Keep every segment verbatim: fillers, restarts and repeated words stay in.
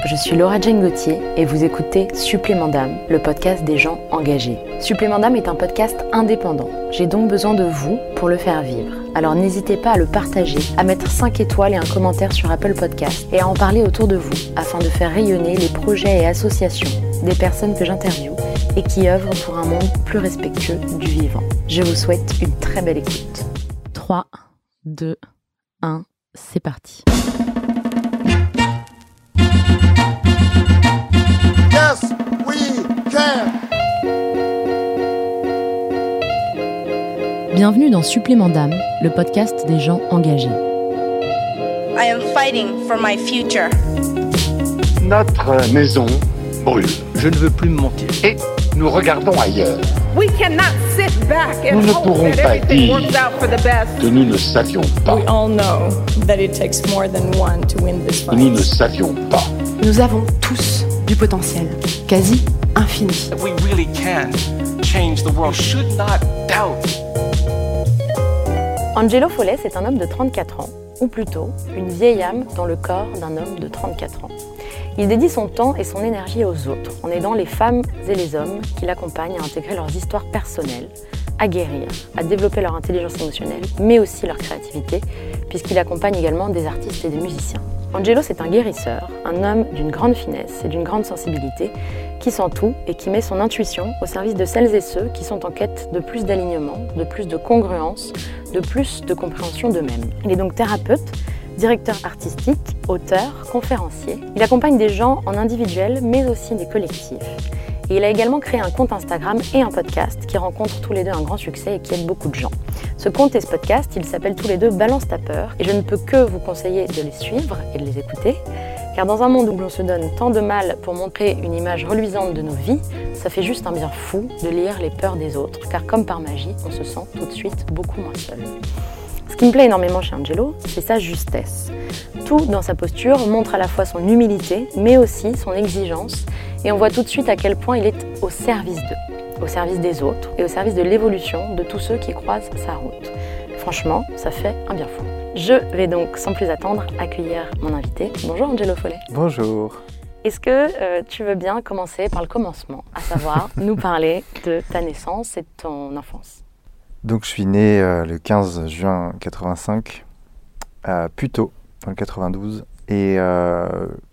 je suis Laura Jane Gauthier et vous écoutez Supplément d'âme, le podcast des gens engagés. Supplément d'âme est un podcast indépendant. J'ai donc besoin de vous pour le faire vivre. Alors n'hésitez pas à le partager, à mettre cinq étoiles et un commentaire sur Apple Podcast et à en parler autour de vous afin de faire rayonner les projets et associations des personnes que j'interviewe et qui œuvrent pour un monde plus respectueux du vivant. Je vous souhaite une très belle écoute. trois, deux, un, c'est parti. Yes, we can. Bienvenue dans Supplément d'âme, le podcast des gens engagés. I am fighting for my future. Notre maison brûle Je ne veux plus me mentir. et nous regardons ailleurs. We cannot sit back and Nous ne hope pourrons that pas everything dire works out for the best. que nous ne savions pas. We all know that it takes more than one to win this Que nous ne fight. savions pas. Nous avons tous du potentiel, quasi infini. We really can change the world. You should not doubt. Angelo Follet, c'est un homme de trente-quatre ans, ou plutôt une vieille âme dans le corps d'un homme de trente-quatre ans. Il dédie son temps et son énergie aux autres, en aidant les femmes et les hommes qui l'accompagnent à intégrer leurs histoires personnelles, à guérir, à développer leur intelligence émotionnelle, mais aussi leur créativité, puisqu'il accompagne également des artistes et des musiciens. Angelo, c'est un guérisseur, un homme d'une grande finesse et d'une grande sensibilité, qui sent tout et qui met son intuition au service de celles et ceux qui sont en quête de plus d'alignement, de plus de congruence, de plus de compréhension d'eux-mêmes. Il est donc thérapeute, directeur artistique, auteur, conférencier. Il accompagne des gens en individuel, mais aussi des collectifs. Et il a également créé un compte Instagram et un podcast qui rencontrent tous les deux un grand succès et qui aident beaucoup de gens. Ce compte et ce podcast, ils s'appellent tous les deux Balance ta peur et je ne peux que vous conseiller de les suivre et de les écouter. Car dans un monde où l'on se donne tant de mal pour montrer une image reluisante de nos vies, ça fait juste un bien fou de lire les peurs des autres, car comme par magie, on se sent tout de suite beaucoup moins seul. Ce qui me plaît énormément chez Angelo, c'est sa justesse. Tout dans sa posture montre à la fois son humilité, mais aussi son exigence, et on voit tout de suite à quel point il est au service d'eux, au service des autres, et au service de l'évolution de tous ceux qui croisent sa route. Franchement, ça fait un bien fou. Je vais donc, sans plus attendre, accueillir mon invité. Bonjour Angelo Follet. Bonjour. Est-ce que euh, tu veux bien commencer par le commencement, à savoir nous parler de ta naissance et de ton enfance? Donc je suis né euh, le quinze juin quatre-vingt-cinq à Puteaux, dans le quatre-vingt-douze. Et euh,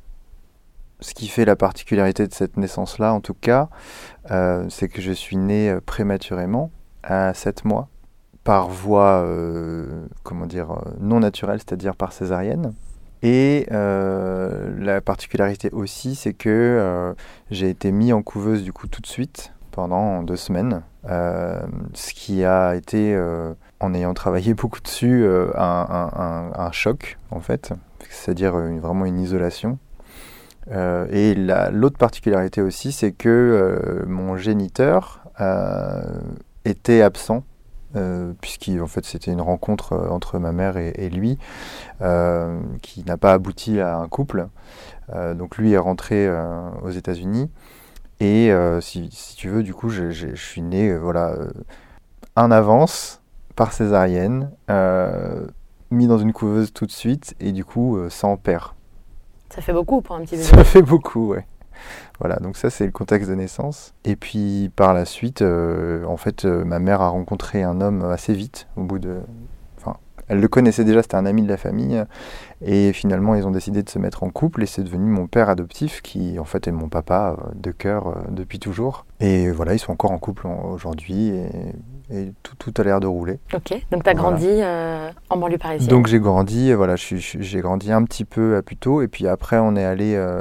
ce qui fait la particularité de cette naissance-là, en tout cas, euh, c'est que je suis né euh, prématurément, à sept mois, par voie euh, comment dire, euh, non naturelle, c'est-à-dire par césarienne. Et euh, la particularité aussi, c'est que euh, j'ai été mis en couveuse du coup tout de suite, pendant deux semaines, euh, ce qui a été, euh, en ayant travaillé beaucoup dessus, euh, un, un, un, un choc, en fait, c'est-à-dire une, vraiment une isolation. Euh, et la, l'autre particularité aussi, c'est que euh, mon géniteur euh, était absent, euh, puisqu'en fait c'était une rencontre entre ma mère et, et lui, euh, qui n'a pas abouti à un couple. Euh, donc lui est rentré euh, aux États-Unis. Et euh, si, si tu veux, du coup, je, je, je suis né euh, voilà, euh, en avance, par césarienne, euh, mis dans une couveuse tout de suite, et du coup, euh, sans père. Ça fait beaucoup pour un petit bébé. Ça fait beaucoup, ouais. Voilà, donc ça, c'est le contexte de naissance. Et puis, par la suite, euh, en fait, euh, ma mère a rencontré un homme assez vite, au bout de... Enfin, elle le connaissait déjà, c'était un ami de la famille. Et finalement, ils ont décidé de se mettre en couple et c'est devenu mon père adoptif qui, en fait, est mon papa de cœur euh, depuis toujours. Et voilà, ils sont encore en couple aujourd'hui et, et tout, tout a l'air de rouler. Ok, donc tu as Voilà. grandi euh, en banlieue parisienne. Donc j'ai grandi, voilà, je suis, je, j'ai grandi un petit peu à Puteaux et puis après, on est allé euh,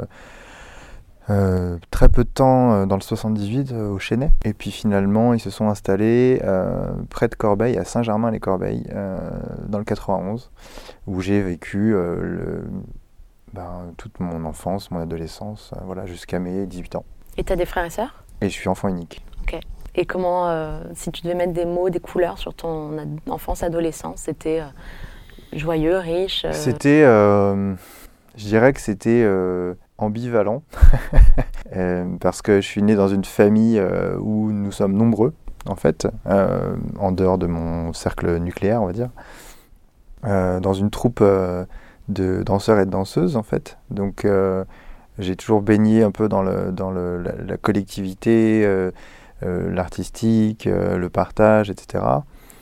euh, très peu de temps euh, dans le soixante-dix-huit euh, au Chesnay. Et puis finalement, ils se sont installés euh, près de Corbeil, à Saint-Germain-les-Corbeilles, euh, dans le quatre-vingt-onze. Où j'ai vécu euh, le, ben, toute mon enfance, mon adolescence, euh, voilà, jusqu'à mes dix-huit ans. Et tu as des frères et sœurs? Et je suis enfant unique. Ok. Et comment, euh, si tu devais mettre des mots, des couleurs sur ton ad- enfance, adolescence, c'était euh, joyeux, riche euh... C'était, euh, je dirais que c'était euh, ambivalent, euh, parce que je suis né dans une famille euh, où nous sommes nombreux, en fait, euh, en dehors de mon cercle nucléaire, on va dire. Euh, dans une troupe euh, de danseurs et de danseuses en fait. Donc euh, j'ai toujours baigné un peu dans, le, dans le, la, la collectivité, euh, euh, l'artistique, euh, le partage, et cetera.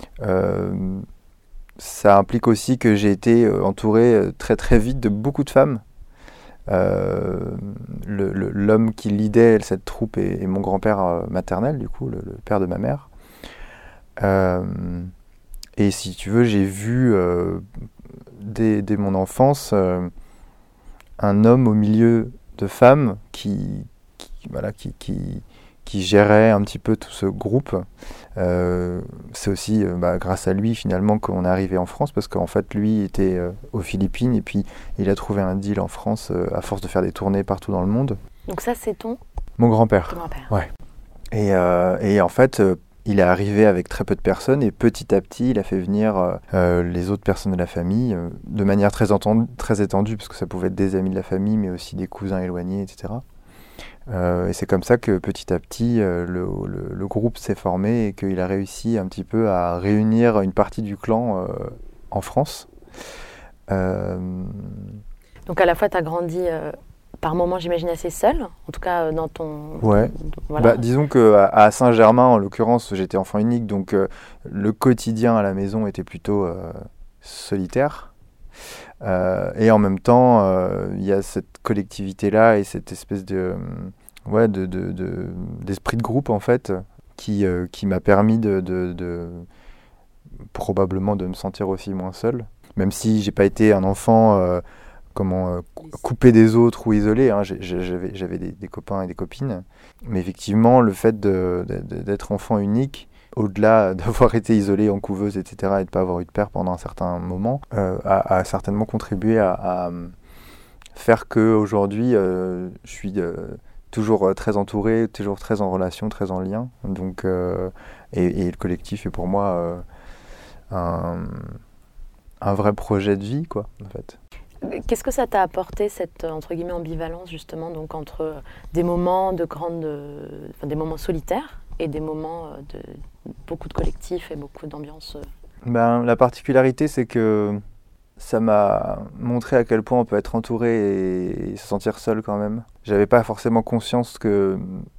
Euh, ça implique aussi que j'ai été entouré très très vite de beaucoup de femmes. Euh, le, le, l'homme qui leadait cette troupe est, est mon grand-père euh, maternel, du coup, le, le père de ma mère. Euh, et si tu veux, j'ai vu euh, dès, dès mon enfance euh, un homme au milieu de femmes qui, qui, voilà, qui, qui, qui gérait un petit peu tout ce groupe. Euh, c'est aussi euh, bah, grâce à lui finalement qu'on est arrivé en France, parce qu'en fait lui était euh, aux Philippines et puis il a trouvé un deal en France euh, à force de faire des tournées partout dans le monde. Donc ça c'est ton Mon grand-père. Ton grand-père. Ouais. Et, euh, et en fait euh, il est arrivé avec très peu de personnes et petit à petit il a fait venir euh, euh, les autres personnes de la famille euh, de manière très, entendue, très étendue, parce que ça pouvait être des amis de la famille mais aussi des cousins éloignés, et cetera. Euh, et c'est comme ça que petit à petit euh, le, le, le groupe s'est formé et qu'il a réussi un petit peu à réunir une partie du clan euh, en France. Euh... Donc à la fois tu as grandi euh, par moments j'imagine assez seul, en tout cas euh, dans ton... Ouais, voilà. Bah, disons qu'à à Saint-Germain en l'occurrence j'étais enfant unique, donc euh, le quotidien à la maison était plutôt euh, solitaire. Euh, et en même temps, il euh, y a cette collectivité-là et cette espèce de, ouais, de, de, de, d'esprit de groupe, en fait, qui, euh, qui m'a permis de, de, de, probablement de me sentir aussi moins seul. Même si j'ai pas été un enfant euh, comment, euh, coupé des autres ou isolé, hein, j'ai, j'avais, j'avais des, des copains et des copines. Mais effectivement, le fait de, de, d'être enfant unique, au-delà d'avoir été isolé en couveuse, et cetera, et de ne pas avoir eu de père pendant un certain moment, euh, a, a certainement contribué à, à faire qu'aujourd'hui, euh, je suis euh, toujours très entouré, toujours très en relation, très en lien. Donc, euh, et, et le collectif est pour moi euh, un, un vrai projet de vie, quoi, en fait. Qu'est-ce que ça t'a apporté, cette entre guillemets ambivalence, justement, donc entre des moments de grande, enfin, des moments solitaires et des moments de beaucoup de collectifs et beaucoup d'ambiance? Ben, la particularité, c'est que ça m'a montré à quel point on peut être entouré et se sentir seul quand même. J'avais pas forcément conscience que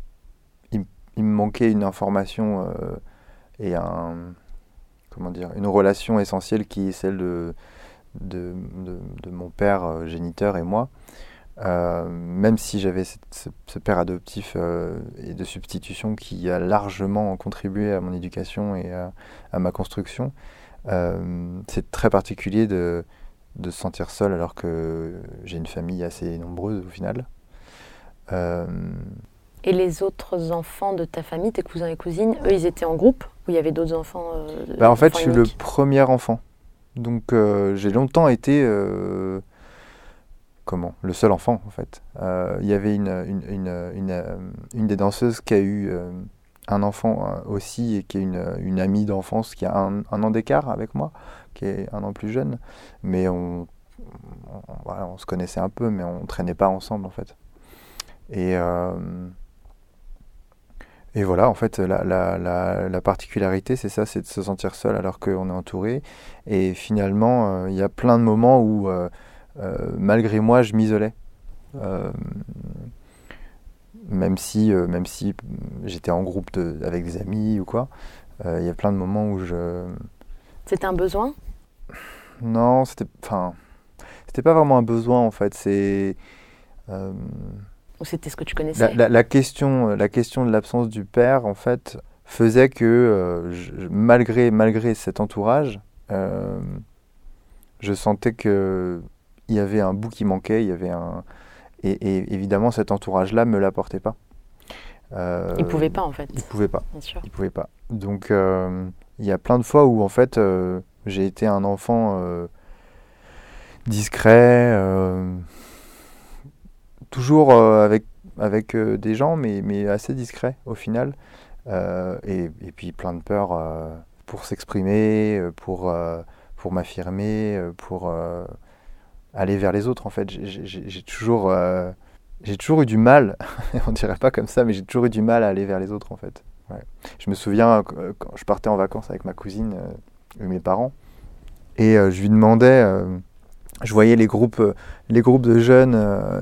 il, il me manquait une information euh, et un, comment dire, une relation essentielle qui est celle de, de, de, de mon père euh, géniteur et moi. Euh, même si j'avais cette, ce, ce père adoptif euh, et de substitution qui a largement contribué à mon éducation et à, à ma construction, euh, c'est très particulier de, de se sentir seul alors que j'ai une famille assez nombreuse au final. Euh... Et les autres enfants de ta famille, tes cousins et cousines, eux ils étaient en groupe ou il y avait d'autres enfants euh, bah, En fait enfants je suis uniques? le premier enfant, donc euh, j'ai longtemps été... Euh, Comment ? Le seul enfant, en fait. Euh, il y avait une, une, une, une, une des danseuses qui a eu euh, un enfant euh, aussi, et qui est une, une amie d'enfance qui a un, un an d'écart avec moi, qui est un an plus jeune. Mais on, on, voilà, on se connaissait un peu, mais on ne traînait pas ensemble, en fait. Et, euh, et voilà, en fait, la, la, la, la particularité, c'est ça, c'est de se sentir seul alors qu'on est entouré. Et finalement, euh, il y a plein de moments où... Euh, Euh, malgré moi, je m'isolais. Euh, même si, euh, même si j'étais en groupe de, avec des amis ou quoi, il euh, y a plein de moments où je... C'était un besoin ? Non, c'était, enfin, c'était pas vraiment un besoin en fait. C'est. Euh, ou c'était ce que tu connaissais ? La, la, la question, la question de l'absence du père en fait faisait que euh, je, malgré malgré cet entourage, euh, je sentais que il y avait un bout qui manquait, il y avait un... Et, et évidemment, cet entourage-là ne me l'apportait pas. Euh, il ne pouvait pas, en fait. Il ne pouvait pas. Bien sûr. Il pouvait pas. Donc, euh, il y a plein de fois où, en fait, euh, j'ai été un enfant euh, discret, euh, toujours euh, avec, avec euh, des gens, mais, mais assez discret, au final. Euh, et, et puis, plein de peur euh, pour s'exprimer, pour, euh, pour m'affirmer, pour... Euh, aller vers les autres, en fait. J'ai, j'ai, j'ai, toujours, euh, j'ai toujours eu du mal, on dirait pas comme ça, mais j'ai toujours eu du mal à aller vers les autres, en fait. Ouais. Je me souviens, quand je partais en vacances avec ma cousine euh, et mes parents, et euh, je lui demandais, euh, je voyais les groupes, les groupes de jeunes euh,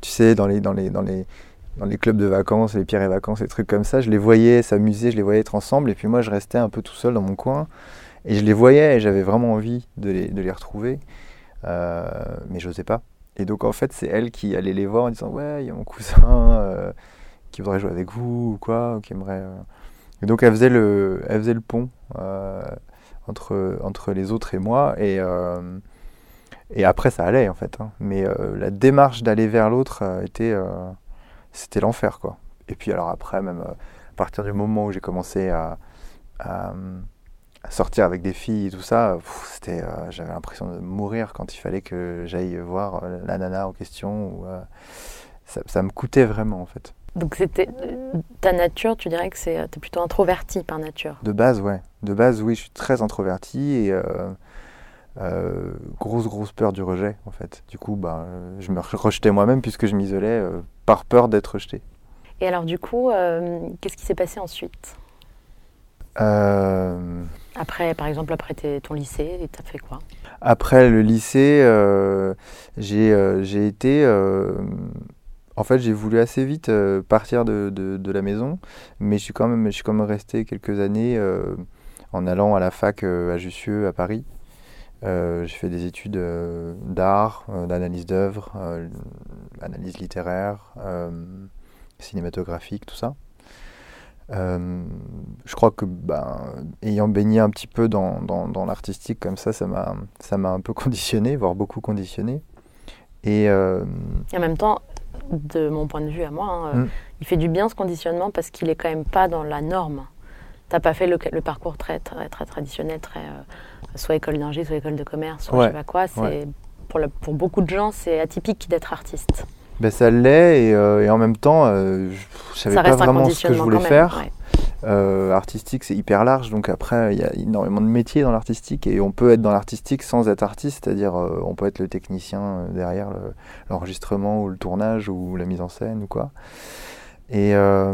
tu sais, dans les, dans les, dans les, dans les clubs de vacances, les Pierre et Vacances, les trucs comme ça, je les voyais s'amuser, je les voyais être ensemble, et puis moi je restais un peu tout seul dans mon coin, et je les voyais, et j'avais vraiment envie de les, de les retrouver, euh, mais je n'osais pas. Et donc en fait, c'est elle qui allait les voir en disant « Ouais, il y a mon cousin euh, qui voudrait jouer avec vous, ou quoi, ou qui aimerait... Euh... » Et donc elle faisait le, elle faisait le pont euh, entre, entre les autres et moi, et... Euh, Et après, ça allait, en fait. Hein. Mais euh, la démarche d'aller vers l'autre euh, était... Euh, c'était l'enfer, quoi. Et puis, alors après, même euh, à partir du moment où j'ai commencé à, à, à sortir avec des filles et tout ça, pff, c'était, euh, j'avais l'impression de mourir quand il fallait que j'aille voir euh, la nana en question. Ou, euh, ça, ça me coûtait vraiment, en fait. Donc, c'était ta nature, tu dirais que c'est, t'es plutôt introverti par nature? De base, ouais. De base, oui, je suis très introverti et... Euh, Euh, grosse grosse peur du rejet en fait. Du coup bah, je me rejetais moi-même puisque je m'isolais euh, par peur d'être rejeté. Et alors du coup euh, qu'est-ce qui s'est passé ensuite euh... Après par exemple après tes, ton lycée, t'as fait quoi? Après le lycée euh, j'ai, euh, j'ai été euh, en fait j'ai voulu assez vite euh, partir de, de, de la maison, mais je suis quand même, je suis quand même resté quelques années euh, en allant à la fac euh, à Jussieu à Paris. Euh, j'ai fait des études euh, d'art, euh, d'analyse d'œuvres, euh, analyse littéraire, euh, cinématographique, tout ça. Euh, je crois que, ben, ayant baigné un petit peu dans, dans, dans l'artistique comme ça, ça m'a, ça m'a un peu conditionné, voire beaucoup conditionné. Et, euh, Et en même temps, de mon point de vue à moi, hein, mm. il fait du bien ce conditionnement parce qu'il est quand même pas dans la norme. T'as pas fait le, le parcours très, très, très traditionnel, très, euh, soit école d'ingé, soit école de commerce, soit ouais, je sais pas quoi. C'est, ouais. pour, le, pour beaucoup de gens, c'est atypique d'être artiste. Ben ça l'est, et, euh, et en même temps, euh, je savais pas vraiment ce que je voulais faire. Ouais. Euh, artistique, c'est hyper large, donc après, il y a énormément de métiers dans l'artistique, et on peut être dans l'artistique sans être artiste, c'est-à-dire euh, on peut être le technicien derrière le, l'enregistrement, ou le tournage, ou la mise en scène, ou quoi. Et... Euh,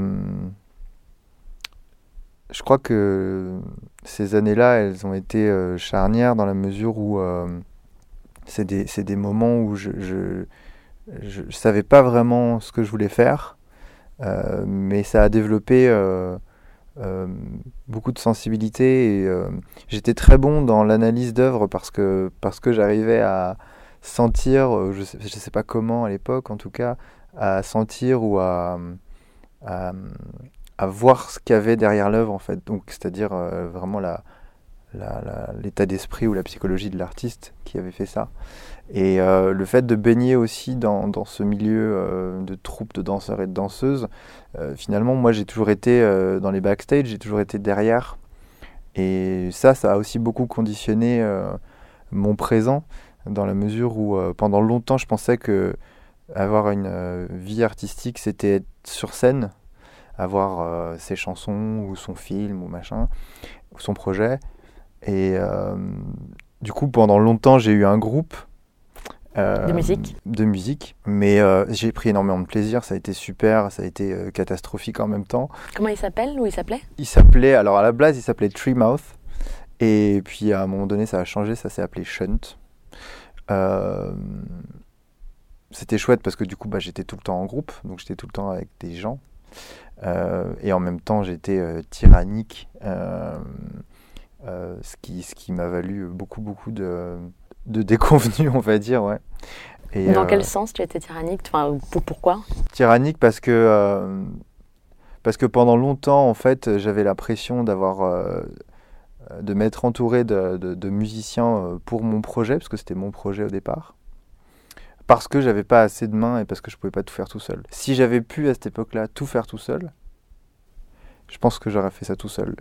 je crois que ces années-là, elles ont été euh, charnières dans la mesure où euh, c'est, des, c'est des moments où je je, je je savais pas vraiment ce que je voulais faire, euh, mais ça a développé euh, euh, beaucoup de sensibilité. Et, euh, j'étais très bon dans l'analyse d'œuvres parce que, parce que j'arrivais à sentir, je sais, je sais pas comment à l'époque en tout cas, à sentir ou à... à à voir ce qu'il y avait derrière l'œuvre en fait, donc c'est-à-dire euh, vraiment la, la, la, l'état d'esprit ou la psychologie de l'artiste qui avait fait ça. Et euh, le fait de baigner aussi dans, dans ce milieu euh, de troupe de danseurs et de danseuses, euh, finalement moi j'ai toujours été euh, dans les backstage, j'ai toujours été derrière, et ça, ça a aussi beaucoup conditionné euh, mon présent, dans la mesure où euh, pendant longtemps je pensais que avoir une euh, vie artistique c'était être sur scène, avoir euh, ses chansons ou son film ou machin, ou son projet. Et euh, du coup, pendant longtemps, j'ai eu un groupe euh, de musique. De musique, mais euh, j'ai pris énormément de plaisir. Ça a été super, ça a été euh, catastrophique en même temps. Comment il s'appelle ou il s'appelait? Il s'appelait, alors à la base, il s'appelait Treemouth. Et puis à un moment donné, ça a changé, ça s'est appelé Shunt. Euh, c'était chouette parce que du coup, bah, j'étais tout le temps en groupe, donc j'étais tout le temps avec des gens. Euh, et en même temps j'étais euh, tyrannique, euh, euh, ce qui, ce qui m'a valu beaucoup beaucoup de, de déconvenues, on va dire, ouais. Et, dans euh, quel sens tu étais tyrannique, enfin, pour, pourquoi? Tyrannique parce que, euh, parce que pendant longtemps en fait j'avais l'impression d'avoir euh, de m'être entouré de, de, de musiciens pour mon projet, parce que c'était mon projet au départ. Parce que j'avais pas assez de mains et parce que je pouvais pas tout faire tout seul. Si j'avais pu à cette époque-là tout faire tout seul, je pense que j'aurais fait ça tout seul.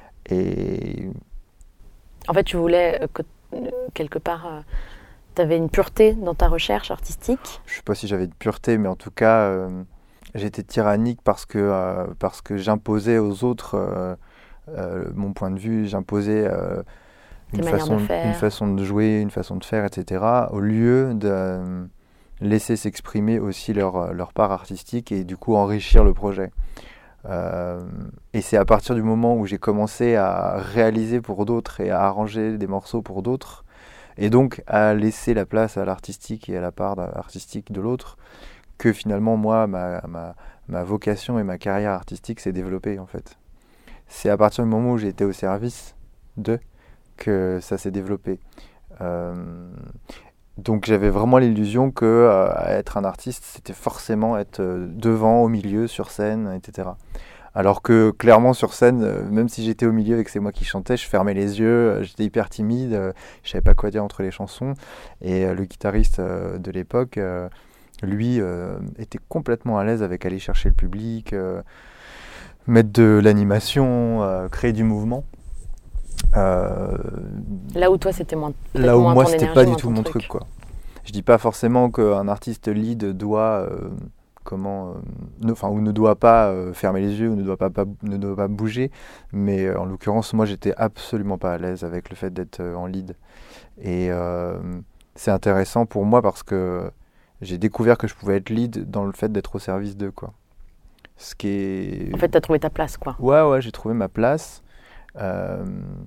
Et en fait, tu voulais que quelque part, euh, tu avais une pureté dans ta recherche artistique. Je sais pas si j'avais de pureté, mais en tout cas, euh, j'étais tyrannique parce que euh, parce que j'imposais aux autres euh, euh, mon point de vue, j'imposais euh, une façon, une façon de jouer, une façon de faire, et cetera, au lieu de euh, laisser s'exprimer aussi leur, leur part artistique et du coup enrichir le projet. Euh, et c'est à partir du moment où j'ai commencé à réaliser pour d'autres et à arranger des morceaux pour d'autres, et donc à laisser la place à l'artistique et à la part artistique de l'autre, que finalement, moi, ma, ma, ma vocation et ma carrière artistique s'est développée, en fait. C'est à partir du moment où j'ai été au service d'eux que ça s'est développé. Euh, donc j'avais vraiment l'illusion que euh, être un artiste, c'était forcément être euh, devant, au milieu, sur scène, et cetera. Alors que clairement sur scène, euh, même si j'étais au milieu et que c'est moi qui chantais, je fermais les yeux, euh, j'étais hyper timide, euh, je savais pas quoi dire entre les chansons. Et euh, le guitariste euh, de l'époque, euh, lui, euh, était complètement à l'aise avec aller chercher le public, euh, mettre de l'animation, euh, créer du mouvement. Euh, Là où toi c'était moins. Là où moins moi ton c'était énergie, pas du moins tout ton mon truc. truc, quoi. Je dis pas forcément qu'un artiste lead doit euh, comment euh, ne, enfin ou ne doit pas euh, fermer les yeux ou ne doit pas, pas ne doit pas bouger, mais euh, en l'occurrence moi j'étais absolument pas à l'aise avec le fait d'être euh, en lead. Et euh, c'est intéressant pour moi parce que j'ai découvert que je pouvais être lead dans le fait d'être au service d'eux, quoi. Ce qui est... En fait, t'as trouvé ta place, quoi. Ouais, ouais, j'ai trouvé ma place. Euh,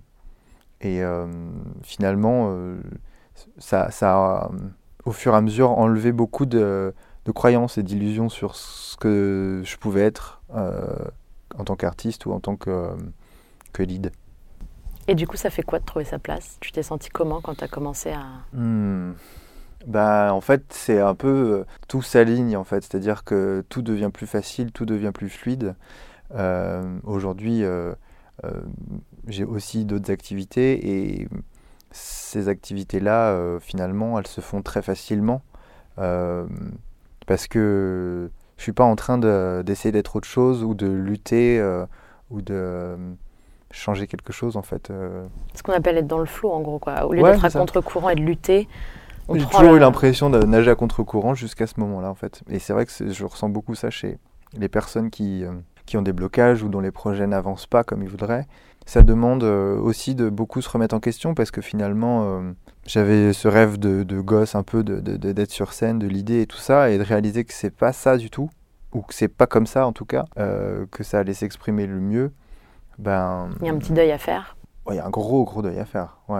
et euh, finalement, euh, ça, ça a, au fur et à mesure, enlevé beaucoup de, de croyances et d'illusions sur ce que je pouvais être euh, en tant qu'artiste ou en tant que, que lead. Et du coup, ça fait quoi de trouver sa place ? Tu t'es senti comment quand t'as commencé à... Hmm. Bah, en fait, c'est un peu... Tout s'aligne, en fait. C'est-à-dire que tout devient plus facile, tout devient plus fluide. Euh, aujourd'hui, euh, euh, j'ai aussi d'autres activités et ces activités-là, euh, finalement, elles se font très facilement euh, parce que je suis pas en train de, d'essayer d'être autre chose ou de lutter euh, ou de euh, changer quelque chose, en fait. Euh. Ce qu'on appelle être dans le flow, en gros, quoi. Au lieu Ouais, d'être à ça. contre-courant et de lutter, on J'ai prend toujours la... eu l'impression de nager à contre-courant jusqu'à ce moment-là, en fait. Et c'est vrai que c'est, je ressens beaucoup ça chez les personnes qui, euh, qui ont des blocages ou dont les projets n'avancent pas comme ils voudraient. Ça demande euh, aussi de beaucoup se remettre en question parce que finalement, euh, j'avais ce rêve de, de gosse un peu de, de, de, d'être sur scène, de l'idée et tout ça, et de réaliser que c'est pas ça du tout, ou que c'est pas comme ça en tout cas, euh, que ça allait s'exprimer le mieux. Ben, il y a un petit deuil à faire. Ouais, il y a un gros, gros deuil à faire, ouais.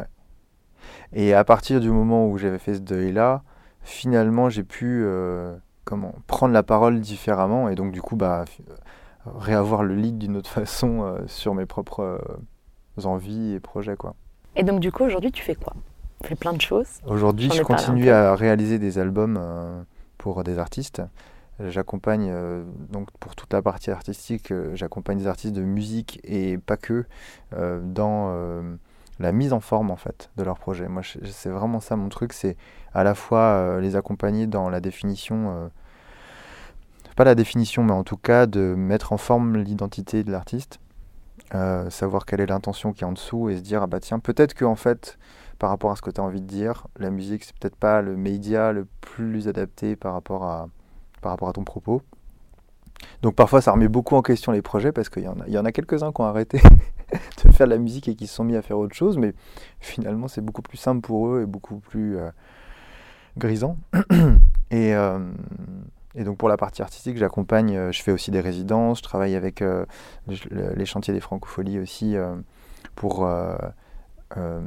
Et à partir du moment où j'avais fait ce deuil-là, finalement, j'ai pu euh, comment, prendre la parole différemment et donc du coup, bah, réavoir le lead d'une autre façon euh, sur mes propres euh, envies et projets, quoi. Et donc du coup, aujourd'hui, tu fais quoi ? Tu fais plein de choses. Aujourd'hui, J'en ai je parlé un continue peu. à réaliser des albums euh, pour des artistes. J'accompagne, euh, donc pour toute la partie artistique, euh, j'accompagne des artistes de musique et pas que, euh, dans... Euh, la mise en forme en fait de leur projet. Moi, je, c'est vraiment ça mon truc, c'est à la fois euh, les accompagner dans la définition, euh, pas la définition, mais en tout cas de mettre en forme l'identité de l'artiste, euh, savoir quelle est l'intention qui est en dessous et se dire ah bah tiens peut-être que en fait par rapport à ce que tu as envie de dire, la musique c'est peut-être pas le média le plus adapté par rapport à par rapport à ton propos. Donc parfois ça remet beaucoup en question les projets parce qu'il y en a, il y en a quelques-uns qui ont arrêté de faire de la musique et qui se sont mis à faire autre chose, mais finalement c'est beaucoup plus simple pour eux et beaucoup plus euh, grisant. et, euh, et donc pour la partie artistique, j'accompagne, euh, je fais aussi des résidences, je travaille avec euh, le, les chantiers des Francopholies aussi euh, pour euh, euh,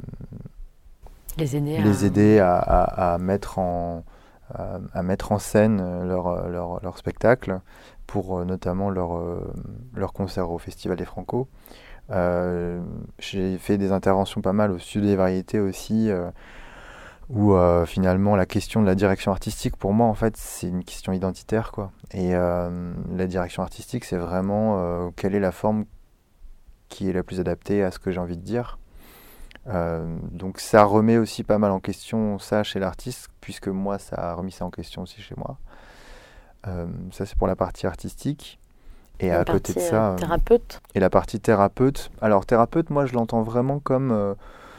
Les aider à... les aider à, à, à mettre en à, à mettre en scène leur, leur, leur spectacle pour euh, notamment leur, euh, leur concert au Festival des Franco. Euh, j'ai fait des interventions pas mal au Studio des Variétés aussi, euh, où euh, finalement la question de la direction artistique, pour moi en fait c'est une question identitaire, quoi. Et euh, la direction artistique c'est vraiment euh, quelle est la forme qui est la plus adaptée à ce que j'ai envie de dire. Euh, donc ça remet aussi pas mal en question ça chez l'artiste, puisque moi ça a remis ça en question aussi chez moi. Euh, ça c'est pour la partie artistique. Et la à côté de partie, ça, euh, thérapeute. Et la partie thérapeute. Alors thérapeute, moi je l'entends vraiment comme, euh,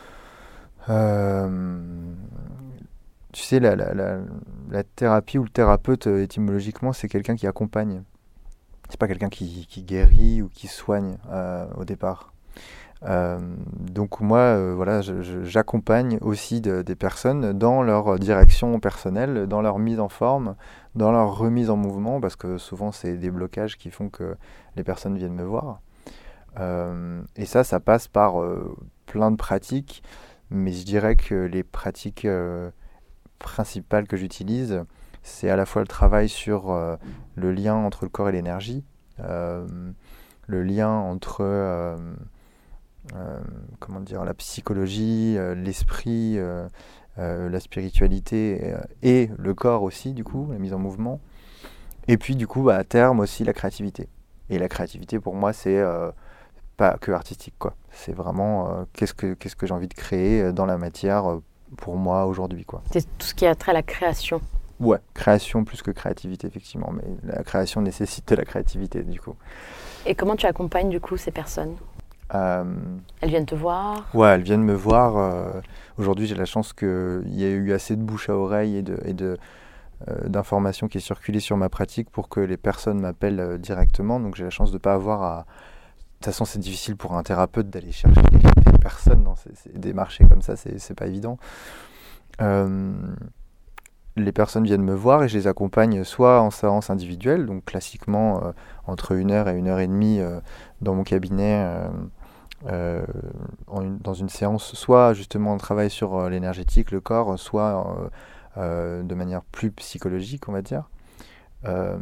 euh, tu sais, la, la, la, la thérapie ou le thérapeute euh, étymologiquement, c'est quelqu'un qui accompagne. C'est pas quelqu'un qui, qui guérit ou qui soigne euh, au départ. Euh, donc moi, euh, voilà, je, je, j'accompagne aussi de, des personnes dans leur direction personnelle, dans leur mise en forme, dans leur remise en mouvement, parce que souvent c'est des blocages qui font que les personnes viennent me voir. Euh, et ça, ça passe par euh, plein de pratiques, mais je dirais que les pratiques euh, principales que j'utilise, c'est à la fois le travail sur euh, le lien entre le corps et l'énergie, euh, le lien entre euh, euh, comment dire, la psychologie, euh, l'esprit, euh, euh, la spiritualité et, et le corps aussi, du coup, la mise en mouvement. Et puis, du coup, bah, à terme aussi, la créativité. Et la créativité, pour moi, c'est euh, pas que artistique, quoi. C'est vraiment euh, qu'est-ce que, qu'est-ce que j'ai envie de créer dans la matière euh, pour moi aujourd'hui, quoi. C'est tout ce qui a trait à la création. Ouais, création plus que créativité, effectivement. Mais la création nécessite de la créativité, du coup. Et comment tu accompagnes, du coup, ces personnes ? euh, Elles viennent te voir ? Ouais, elles viennent me voir. Euh, aujourd'hui, j'ai la chance qu'il y ait eu assez de bouche à oreille et de... Et de Euh, d'informations qui est circulée sur ma pratique pour que les personnes m'appellent euh, directement. Donc j'ai la chance de ne pas avoir à... De toute façon, c'est difficile pour un thérapeute d'aller chercher des personnes dans ces, ces, des marchés comme ça, c'est, c'est pas évident. Euh, les personnes viennent me voir et je les accompagne soit en séance individuelle, donc classiquement euh, entre une heure et une heure et demie euh, dans mon cabinet, euh, euh, en une, dans une séance, soit justement on travaille sur euh, l'énergétique, le corps, soit... Euh, Euh, de manière plus psychologique, on va dire. Euh,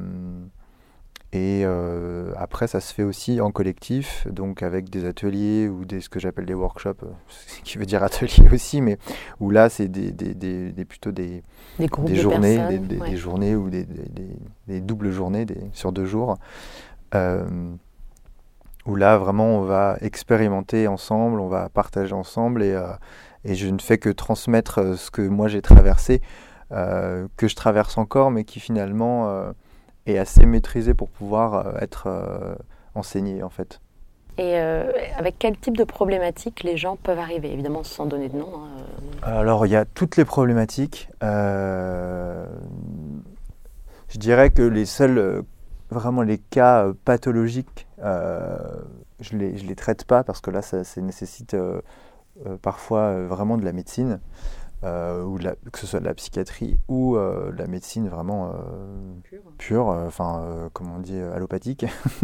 et euh, après, ça se fait aussi en collectif, donc avec des ateliers ou des, ce que j'appelle des workshops, ce qui veut dire atelier aussi, mais où là, c'est des, des, des, des, plutôt des, des, groupes des de journées, personnes, des, des, ouais. des journées ou des, des, des, des doubles journées des, sur deux jours, euh, où là, vraiment, on va expérimenter ensemble, on va partager ensemble et euh, Et je ne fais que transmettre ce que moi j'ai traversé, euh, que je traverse encore, mais qui finalement euh, est assez maîtrisé pour pouvoir euh, être euh, enseigné en fait. Et euh, avec quel type de problématiques les gens peuvent arriver ? Évidemment sans donner de nom. Hein. Alors il y a toutes les problématiques. Euh, je dirais que les seuls, euh, vraiment les cas euh, pathologiques, euh, je les, je les traite pas parce que là ça, ça nécessite... Euh, Euh, parfois euh, vraiment de la médecine, euh, ou de la, que ce soit de la psychiatrie ou euh, de la médecine vraiment euh, pure, enfin euh, euh, comment on dit, allopathique.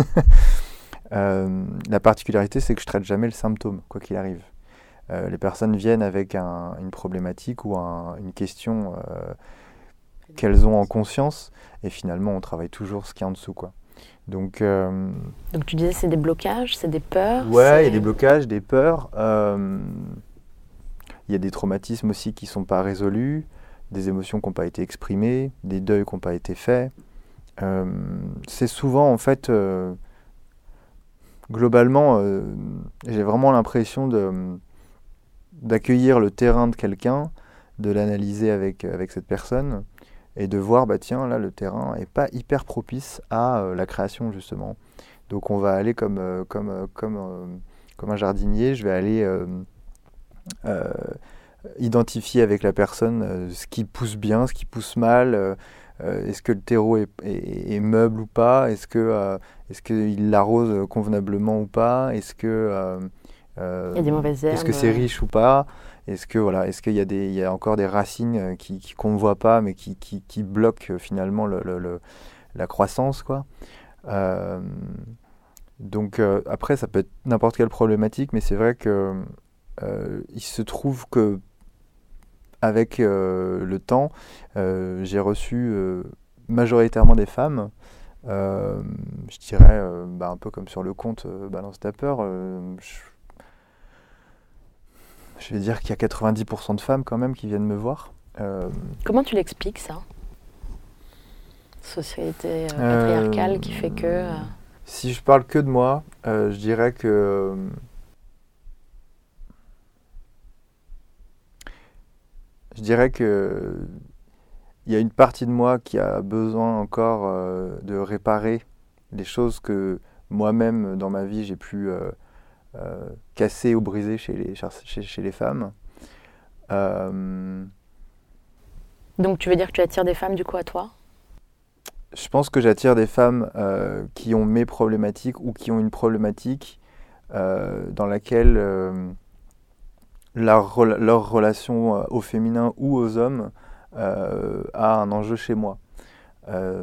euh, la particularité, c'est que je traite jamais le symptôme, quoi qu'il arrive. Euh, les personnes viennent avec un, une problématique ou un, une question euh, qu'elles ont en conscience, et finalement on travaille toujours ce qu'il y a en dessous, quoi. Donc, euh, Donc tu disais c'est des blocages, c'est des peurs. Ouais, il y a des blocages, des peurs. Euh, il y a des traumatismes aussi qui ne sont pas résolus, des émotions qui n'ont pas été exprimées, des deuils qui n'ont pas été faits. Euh, c'est souvent en fait, euh, globalement, euh, j'ai vraiment l'impression de, d'accueillir le terrain de quelqu'un, de l'analyser avec, avec cette personne, et de voir, bah tiens, là, le terrain n'est pas hyper propice à euh, la création, justement. Donc on va aller comme, euh, comme, euh, comme, euh, comme un jardinier, je vais aller euh, euh, identifier avec la personne euh, ce qui pousse bien, ce qui pousse mal, euh, euh, est-ce que le terreau est, est, est meuble ou pas, est-ce que, euh, est-ce qu'il l'arrose convenablement ou pas, est-ce que, euh, euh, il y a des mauvaises herbes, est-ce que c'est riche ou pas. Est-ce que voilà, est-ce qu'il y a des, il y a encore des racines qui, qui qu'on ne voit pas, mais qui, qui, qui bloquent finalement le, le, le, la croissance, quoi. Euh, donc euh, après, ça peut être n'importe quelle problématique, mais c'est vrai que euh, il se trouve que avec euh, le temps, euh, j'ai reçu euh, majoritairement des femmes. Euh, je dirais euh, bah, un peu comme sur le compte euh, Balance ta peur. Euh, je, Je vais dire qu'il y a quatre-vingt-dix pour cent de femmes quand même qui viennent me voir. Euh, Comment tu l'expliques ça ? Société euh, patriarcale euh, qui fait que... Euh... Si je parle que de moi, euh, je dirais que... Je dirais que... Il y a une partie de moi qui a besoin encore euh, de réparer les choses que moi-même dans ma vie j'ai pu... Euh, Euh, cassé ou brisé chez les, chez, chez les femmes. Euh, Donc tu veux dire que tu attires des femmes du coup à toi ? Je pense que j'attire des femmes euh, qui ont mes problématiques ou qui ont une problématique euh, dans laquelle euh, leur, leur relation au féminin ou aux hommes euh, a un enjeu chez moi. Euh,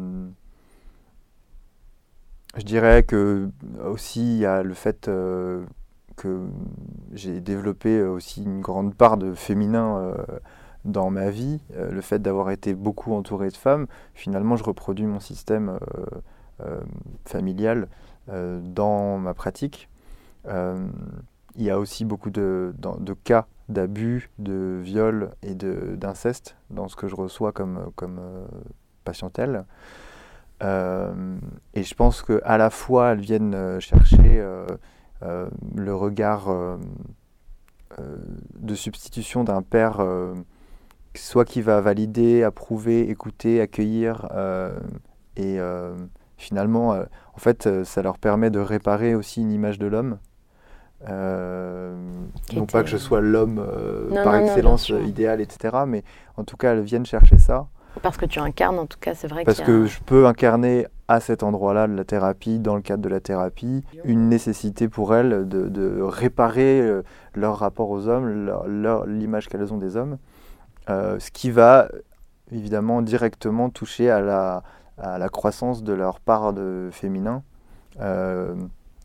Je dirais que aussi il y a le fait euh, que j'ai développé aussi une grande part de féminin euh, dans ma vie, euh, le fait d'avoir été beaucoup entouré de femmes, finalement je reproduis mon système euh, euh, familial euh, dans ma pratique. Euh, il y a aussi beaucoup de, de, de cas d'abus, de viol et de, d'inceste dans ce que je reçois comme, comme euh, patientèle. Euh, et je pense qu'à la fois elles viennent chercher euh, euh, le regard euh, euh, de substitution d'un père euh, soit qui va valider, approuver, écouter, accueillir euh, et euh, finalement euh, en fait euh, ça leur permet de réparer aussi une image de l'homme. Euh, non était... pas que je sois l'homme euh, non, par non, excellence non, idéal, et cetera. Mais en tout cas elles viennent chercher ça. Parce que tu incarnes, en tout cas, c'est vrai Parce qu'il y a... que je peux incarner à cet endroit-là de la thérapie, dans le cadre de la thérapie, une nécessité pour elles de, de réparer euh, leur rapport aux hommes, leur, leur, l'image qu'elles ont des hommes, euh, ce qui va évidemment directement toucher à la, à la croissance de leur part de féminin. Euh,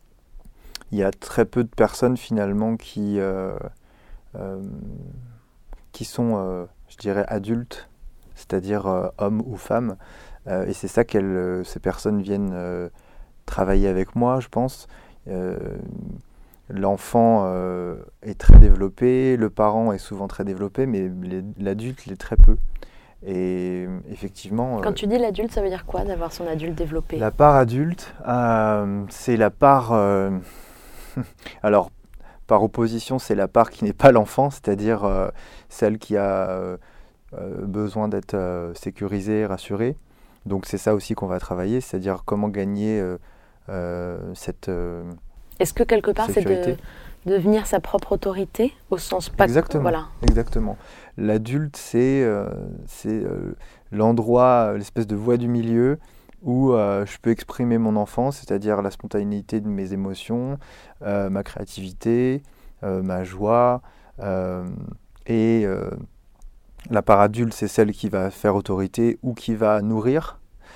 il y a très peu de personnes finalement qui, euh, euh, qui sont, euh, je dirais, adultes, c'est-à-dire euh, hommes ou femmes. Euh, et c'est ça que euh, ces personnes viennent euh, travailler avec moi, je pense. Euh, l'enfant euh, est très développé, le parent est souvent très développé, mais les, l'adulte l'est très peu. Et effectivement... Quand euh, tu dis l'adulte, ça veut dire quoi, d'avoir son adulte développé ? La part adulte, euh, c'est la part... Euh, alors, par opposition, c'est la part qui n'est pas l'enfant, c'est-à-dire euh, celle qui a... Euh, Euh, besoin d'être euh, sécurisé, rassuré. Donc c'est ça aussi qu'on va travailler, c'est-à-dire comment gagner euh, euh, cette euh, Est-ce que quelque part sécurité. C'est de devenir sa propre autorité au sens pas exactement, voilà. Exactement. L'adulte c'est, euh, c'est euh, l'endroit, l'espèce de voie du milieu où euh, je peux exprimer mon enfance, c'est-à-dire la spontanéité de mes émotions, euh, ma créativité, euh, ma joie euh, et euh, la part adulte, c'est celle qui va faire autorité ou qui va nourrir.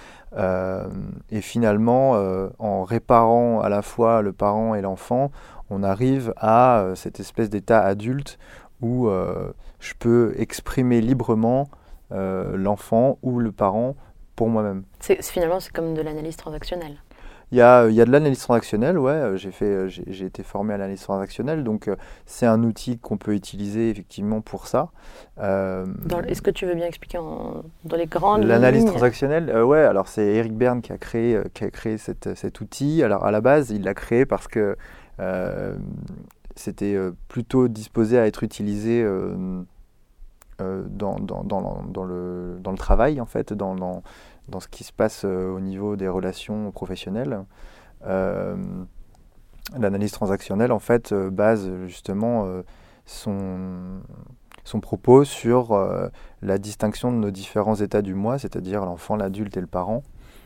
Euh, et finalement, euh, en réparant à la fois le parent et l'enfant, on arrive à euh, cette espèce d'état adulte où euh, je peux exprimer librement euh, l'enfant ou le parent pour moi-même. C'est, finalement, c'est comme de l'analyse transactionnelle. Il y a, il y a de l'analyse transactionnelle, ouais, j'ai, fait, j'ai, j'ai été formé à l'analyse transactionnelle, donc euh, c'est un outil qu'on peut utiliser effectivement pour ça. Euh, dans, est-ce que tu veux bien expliquer en, dans les grandes L'analyse lignes transactionnelle, euh, ouais, alors c'est Eric Berne qui a créé, euh, qui a créé cette, cet outil. Alors à la base, il l'a créé parce que euh, c'était euh, plutôt disposé à être utilisé euh, euh, dans, dans, dans, dans, le, dans le travail, en fait, dans... dans dans ce qui se passe euh, au niveau des relations professionnelles. Euh, l'analyse transactionnelle, en fait, euh, base justement euh, son, son propos sur euh, la distinction de nos différents états du moi, c'est-à-dire l'enfant, l'adulte et le parent,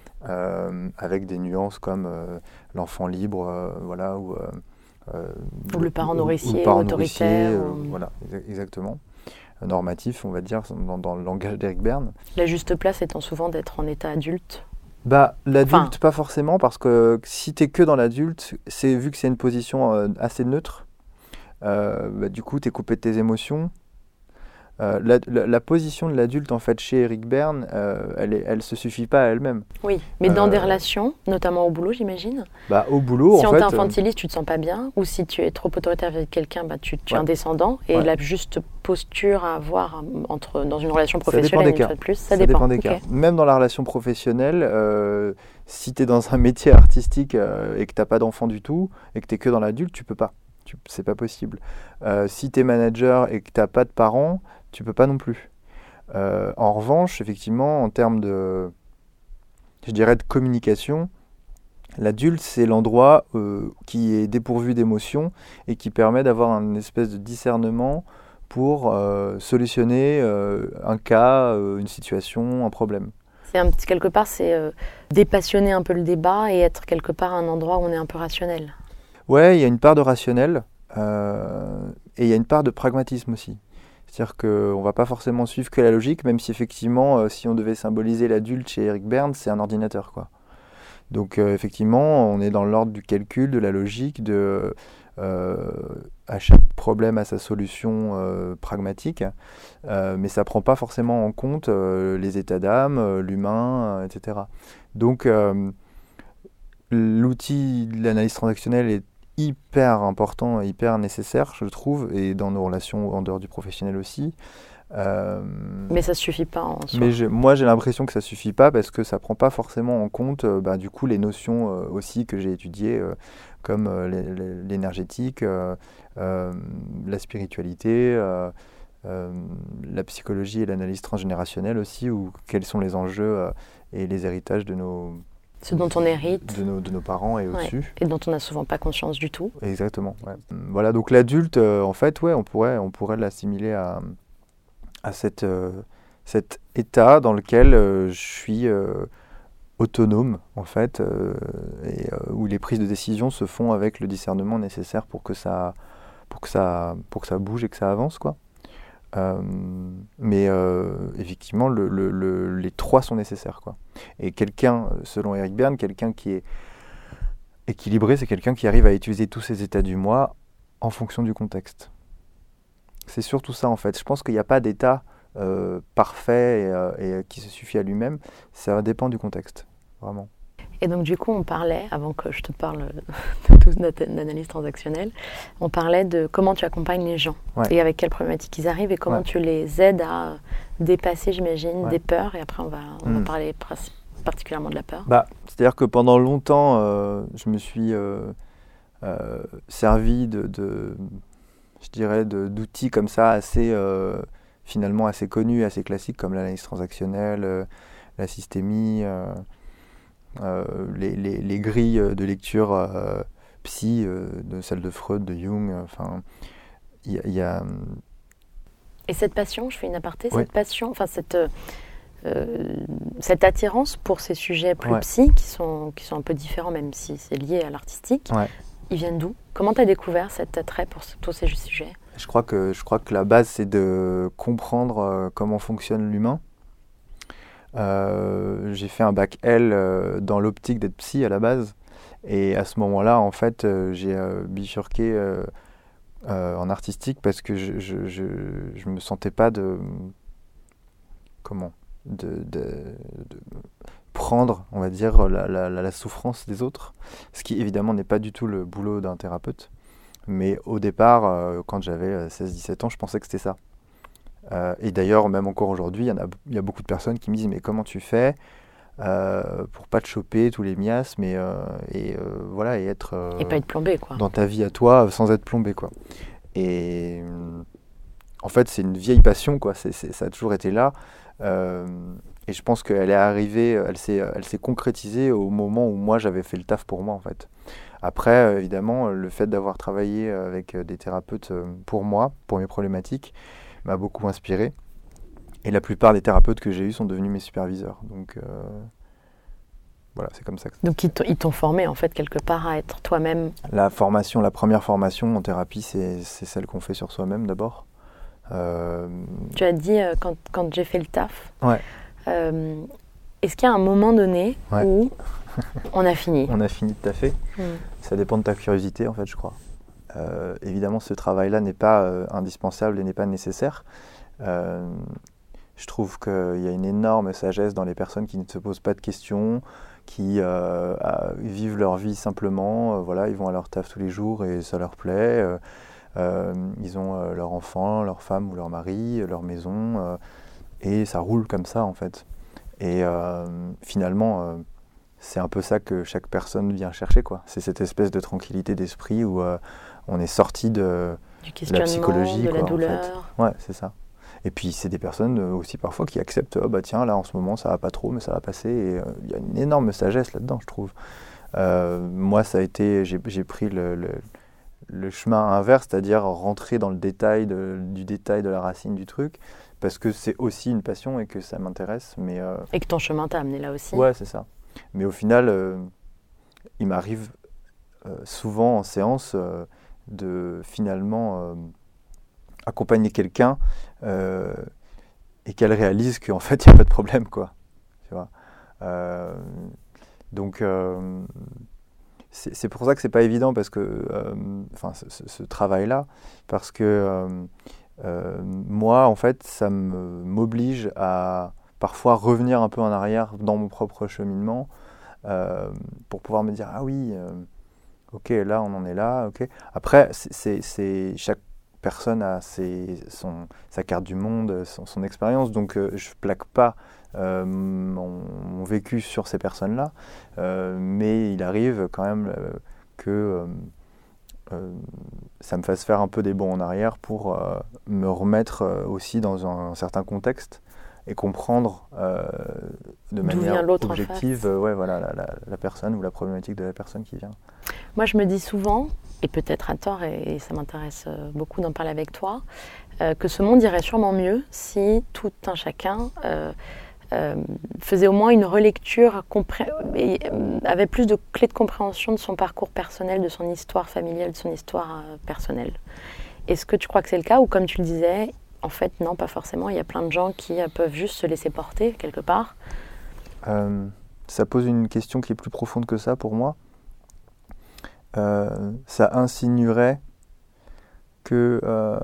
euh, avec des nuances comme euh, l'enfant libre, euh, voilà, ou, euh, ou le parent nourricier, ou le parent autoritaire. nourricier, ou... euh, voilà, exactement. Normatif, on va dire, dans, dans le langage d'Eric Berne. La juste place étant souvent d'être en état adulte. Bah, l'adulte, enfin... pas forcément, parce que si t'es que dans l'adulte, c'est, vu que c'est une position euh, assez neutre, euh, bah, du coup, t'es coupé de tes émotions. Euh, la, la, la position de l'adulte, en fait, chez Eric Berne, euh, elle, est, elle se suffit pas à elle-même. Oui, mais dans euh, des relations, notamment au boulot, j'imagine. Bah, au boulot, si en on fait... t'infantilise, tu te sens pas bien, ou si tu es trop autoritaire avec quelqu'un, bah, tu, tu ouais. es un descendant, et ouais. la juste posture à avoir entre, dans une relation professionnelle, ça dépend des cas. De plus, ça, ça dépend, dépend des okay. cas. Même dans la relation professionnelle, euh, si tu es dans un métier artistique euh, et que tu n'as pas d'enfant du tout, et que tu es que dans l'adulte, tu peux pas. Tu, c'est pas possible. Euh, si tu es manager et que tu n'as pas de parents, tu peux pas non plus. Euh, en revanche, effectivement, en termes de, je dirais, de communication, l'adulte, c'est l'endroit euh, qui est dépourvu d'émotions et qui permet d'avoir une espèce de discernement pour euh, solutionner euh, un cas, euh, une situation, un problème. C'est un petit, quelque part, c'est euh, dépassionner un peu le débat et être quelque part à un endroit où on est un peu rationnel. Ouais, il y a une part de rationnel euh, et il y a une part de pragmatisme aussi. C'est-à-dire qu'on ne va pas forcément suivre que la logique, même si effectivement, euh, si on devait symboliser l'adulte chez Eric Berne, c'est un ordinateur, quoi. Donc euh, effectivement, on est dans l'ordre du calcul, de la logique, de euh, à chaque problème à sa solution euh, pragmatique, euh, mais ça prend pas forcément en compte euh, les états d'âme, euh, l'humain, euh, et cetera. Donc euh, l'outil de l'analyse transactionnelle est hyper important, hyper nécessaire, je trouve, et dans nos relations en dehors du professionnel aussi. Euh, mais ça suffit pas en soi. Mais j'ai, moi j'ai l'impression que ça suffit pas parce que ça prend pas forcément en compte euh, bah, du coup les notions euh, aussi que j'ai étudiées euh, comme euh, l'énergétique, euh, euh, la spiritualité, euh, euh, la psychologie et l'analyse transgénérationnelle aussi, ou quels sont les enjeux euh, et les héritages de nos ce dont on hérite de nos, de nos parents et ouais, au-dessus et dont on n'a souvent pas conscience du tout. Exactement, ouais. Voilà, donc l'adulte euh, en fait ouais on pourrait on pourrait l'assimiler à à cette, euh, cet état dans lequel euh, je suis euh, autonome, en fait, euh, et euh, où les prises de décision se font avec le discernement nécessaire pour que ça, pour que ça, pour que ça bouge et que ça avance, quoi. Euh, mais euh, effectivement, le, le, le, les trois sont nécessaires, quoi. Et quelqu'un, selon Eric Berne, quelqu'un qui est équilibré, c'est quelqu'un qui arrive à utiliser tous ces états du moi en fonction du contexte. C'est surtout ça en fait. Je pense qu'il n'y a pas d'état euh, parfait et, euh, et qui se suffit à lui-même. Ça dépend du contexte, vraiment. Et donc du coup, on parlait, avant que je te parle de toute notre analyse transactionnelle, on parlait de comment tu accompagnes les gens ouais. et avec quelles problématiques ils arrivent et comment ouais. tu les aides à dépasser, j'imagine, ouais. des peurs. Et après, on va, on mmh. va parler particulièrement de la peur. Bah, c'est-à-dire que pendant longtemps, euh, je me suis euh, euh, servi de... de je dirais, de, d'outils comme ça, assez, euh, finalement assez connus, assez classiques, comme l'analyse transactionnelle, euh, la systémie, euh, euh, les, les, les grilles de lecture euh, psy, euh, de celles de Freud, de Jung, enfin, il y, y a... Et cette passion, je fais une aparté, oui. cette passion, enfin, cette, euh, cette attirance pour ces sujets plus ouais. psy, qui sont, qui sont un peu différents, même si c'est lié à l'artistique, ouais. ils viennent d'où ? Comment tu as découvert cet attrait pour ce, tous ces sujets ? Je crois que, je crois que la base, c'est de comprendre euh, comment fonctionne l'humain. Euh, j'ai fait un bac L euh, dans l'optique d'être psy à la base. Et à ce moment-là, en fait, euh, j'ai euh, bifurqué euh, euh, en artistique parce que je, je, je, je me sentais pas de... Comment de, de, de prendre, on va dire, la, la, la souffrance des autres, ce qui évidemment n'est pas du tout le boulot d'un thérapeute. Mais au départ, euh, quand j'avais seize dix-sept ans, je pensais que c'était ça. Euh, et d'ailleurs, même encore aujourd'hui, il y en a, il y a beaucoup de personnes qui me disent « Mais comment tu fais euh, pour pas te choper tous les miasmes et, euh, et, euh, voilà, et être euh, et pas être plombé, quoi. dans ta vie à toi sans être plombé, quoi. » Et en fait, c'est une vieille passion, quoi. C'est, c'est, ça a toujours été là. Euh, et je pense qu'elle est arrivée, elle s'est, elle s'est concrétisée au moment où moi, j'avais fait le taf pour moi, en fait. Après, évidemment, le fait d'avoir travaillé avec des thérapeutes pour moi, pour mes problématiques, m'a beaucoup inspiré. Et la plupart des thérapeutes que j'ai eus sont devenus mes superviseurs. Donc, euh, voilà, c'est comme ça que ça Donc, ils, t- ils t'ont formé, en fait, quelque part à être toi-même. La formation, la première formation en thérapie, c'est, c'est celle qu'on fait sur soi-même d'abord. Euh... Tu as dit, euh, quand, quand j'ai fait le taf, ouais. euh, est-ce qu'il y a un moment donné ouais. où on a fini On a fini de taffer. Mm. Ça dépend de ta curiosité, en fait, je crois. Euh, évidemment, ce travail-là n'est pas euh, indispensable et n'est pas nécessaire. Euh, je trouve qu'il y a une énorme sagesse dans les personnes qui ne se posent pas de questions, qui euh, à, vivent leur vie simplement. Euh, voilà, ils vont à leur taf tous les jours et ça leur plaît. Euh, euh, ils ont euh, leur enfant, leur femme ou leur mari, leur maison, euh, et ça roule comme ça, en fait. Et euh, finalement, euh, c'est un peu ça que chaque personne vient chercher, quoi. C'est cette espèce de tranquillité d'esprit où euh, on est sorti de, de la psychologie, de quoi, la douleur. En fait. Ouais, c'est ça. Et puis c'est des personnes aussi parfois qui acceptent, oh, bah tiens, là en ce moment ça va pas trop, mais ça va passer. Et il euh, y a une énorme sagesse là-dedans, je trouve. Euh, moi, ça a été, j'ai, j'ai pris le, le, le chemin inverse, c'est-à-dire rentrer dans le détail de, du détail de la racine du truc, parce que c'est aussi une passion et que ça m'intéresse. Mais euh... et que ton chemin t'a amené là aussi. Ouais, c'est ça. Mais au final, euh, il m'arrive euh, souvent en séance euh, de finalement euh, accompagner quelqu'un euh, et qu'elle réalise qu'en fait, il n'y a pas de problème, quoi. Tu vois. Euh, Donc, euh, c'est, c'est pour ça que c'est pas évident, parce que, euh, enfin, ce, ce, ce travail-là, parce que euh, euh, moi, en fait, ça me, m'oblige à parfois revenir un peu en arrière dans mon propre cheminement, euh, pour pouvoir me dire, ah oui, euh, ok, là, on en est là, ok. Après, c'est, c'est, c'est chaque personne a ses, son, sa carte du monde, son, son expérience, donc euh, je plaque pas euh, mon, mon vécu sur ces personnes-là, euh, mais il arrive quand même euh, que euh, euh, ça me fasse faire un peu des bonds en arrière pour euh, me remettre euh, aussi dans un, un certain contexte et comprendre euh, de D'où manière vient l'autre objective euh, ouais, voilà, la, la, la personne ou la problématique de la personne qui vient. Moi, je me dis souvent, et peut-être à tort, et, et ça m'intéresse beaucoup d'en parler avec toi, euh, que ce monde irait sûrement mieux si tout un chacun euh, euh, faisait au moins une relecture, compré- et, euh, avait plus de clés de compréhension de son parcours personnel, de son histoire familiale, de son histoire euh, personnelle. Est-ce que tu crois que c'est le cas, ou comme tu le disais, en fait, non, pas forcément. Il y a plein de gens qui euh, peuvent juste se laisser porter quelque part. Euh, ça pose une question qui est plus profonde que ça pour moi. Euh, ça insinuerait que euh,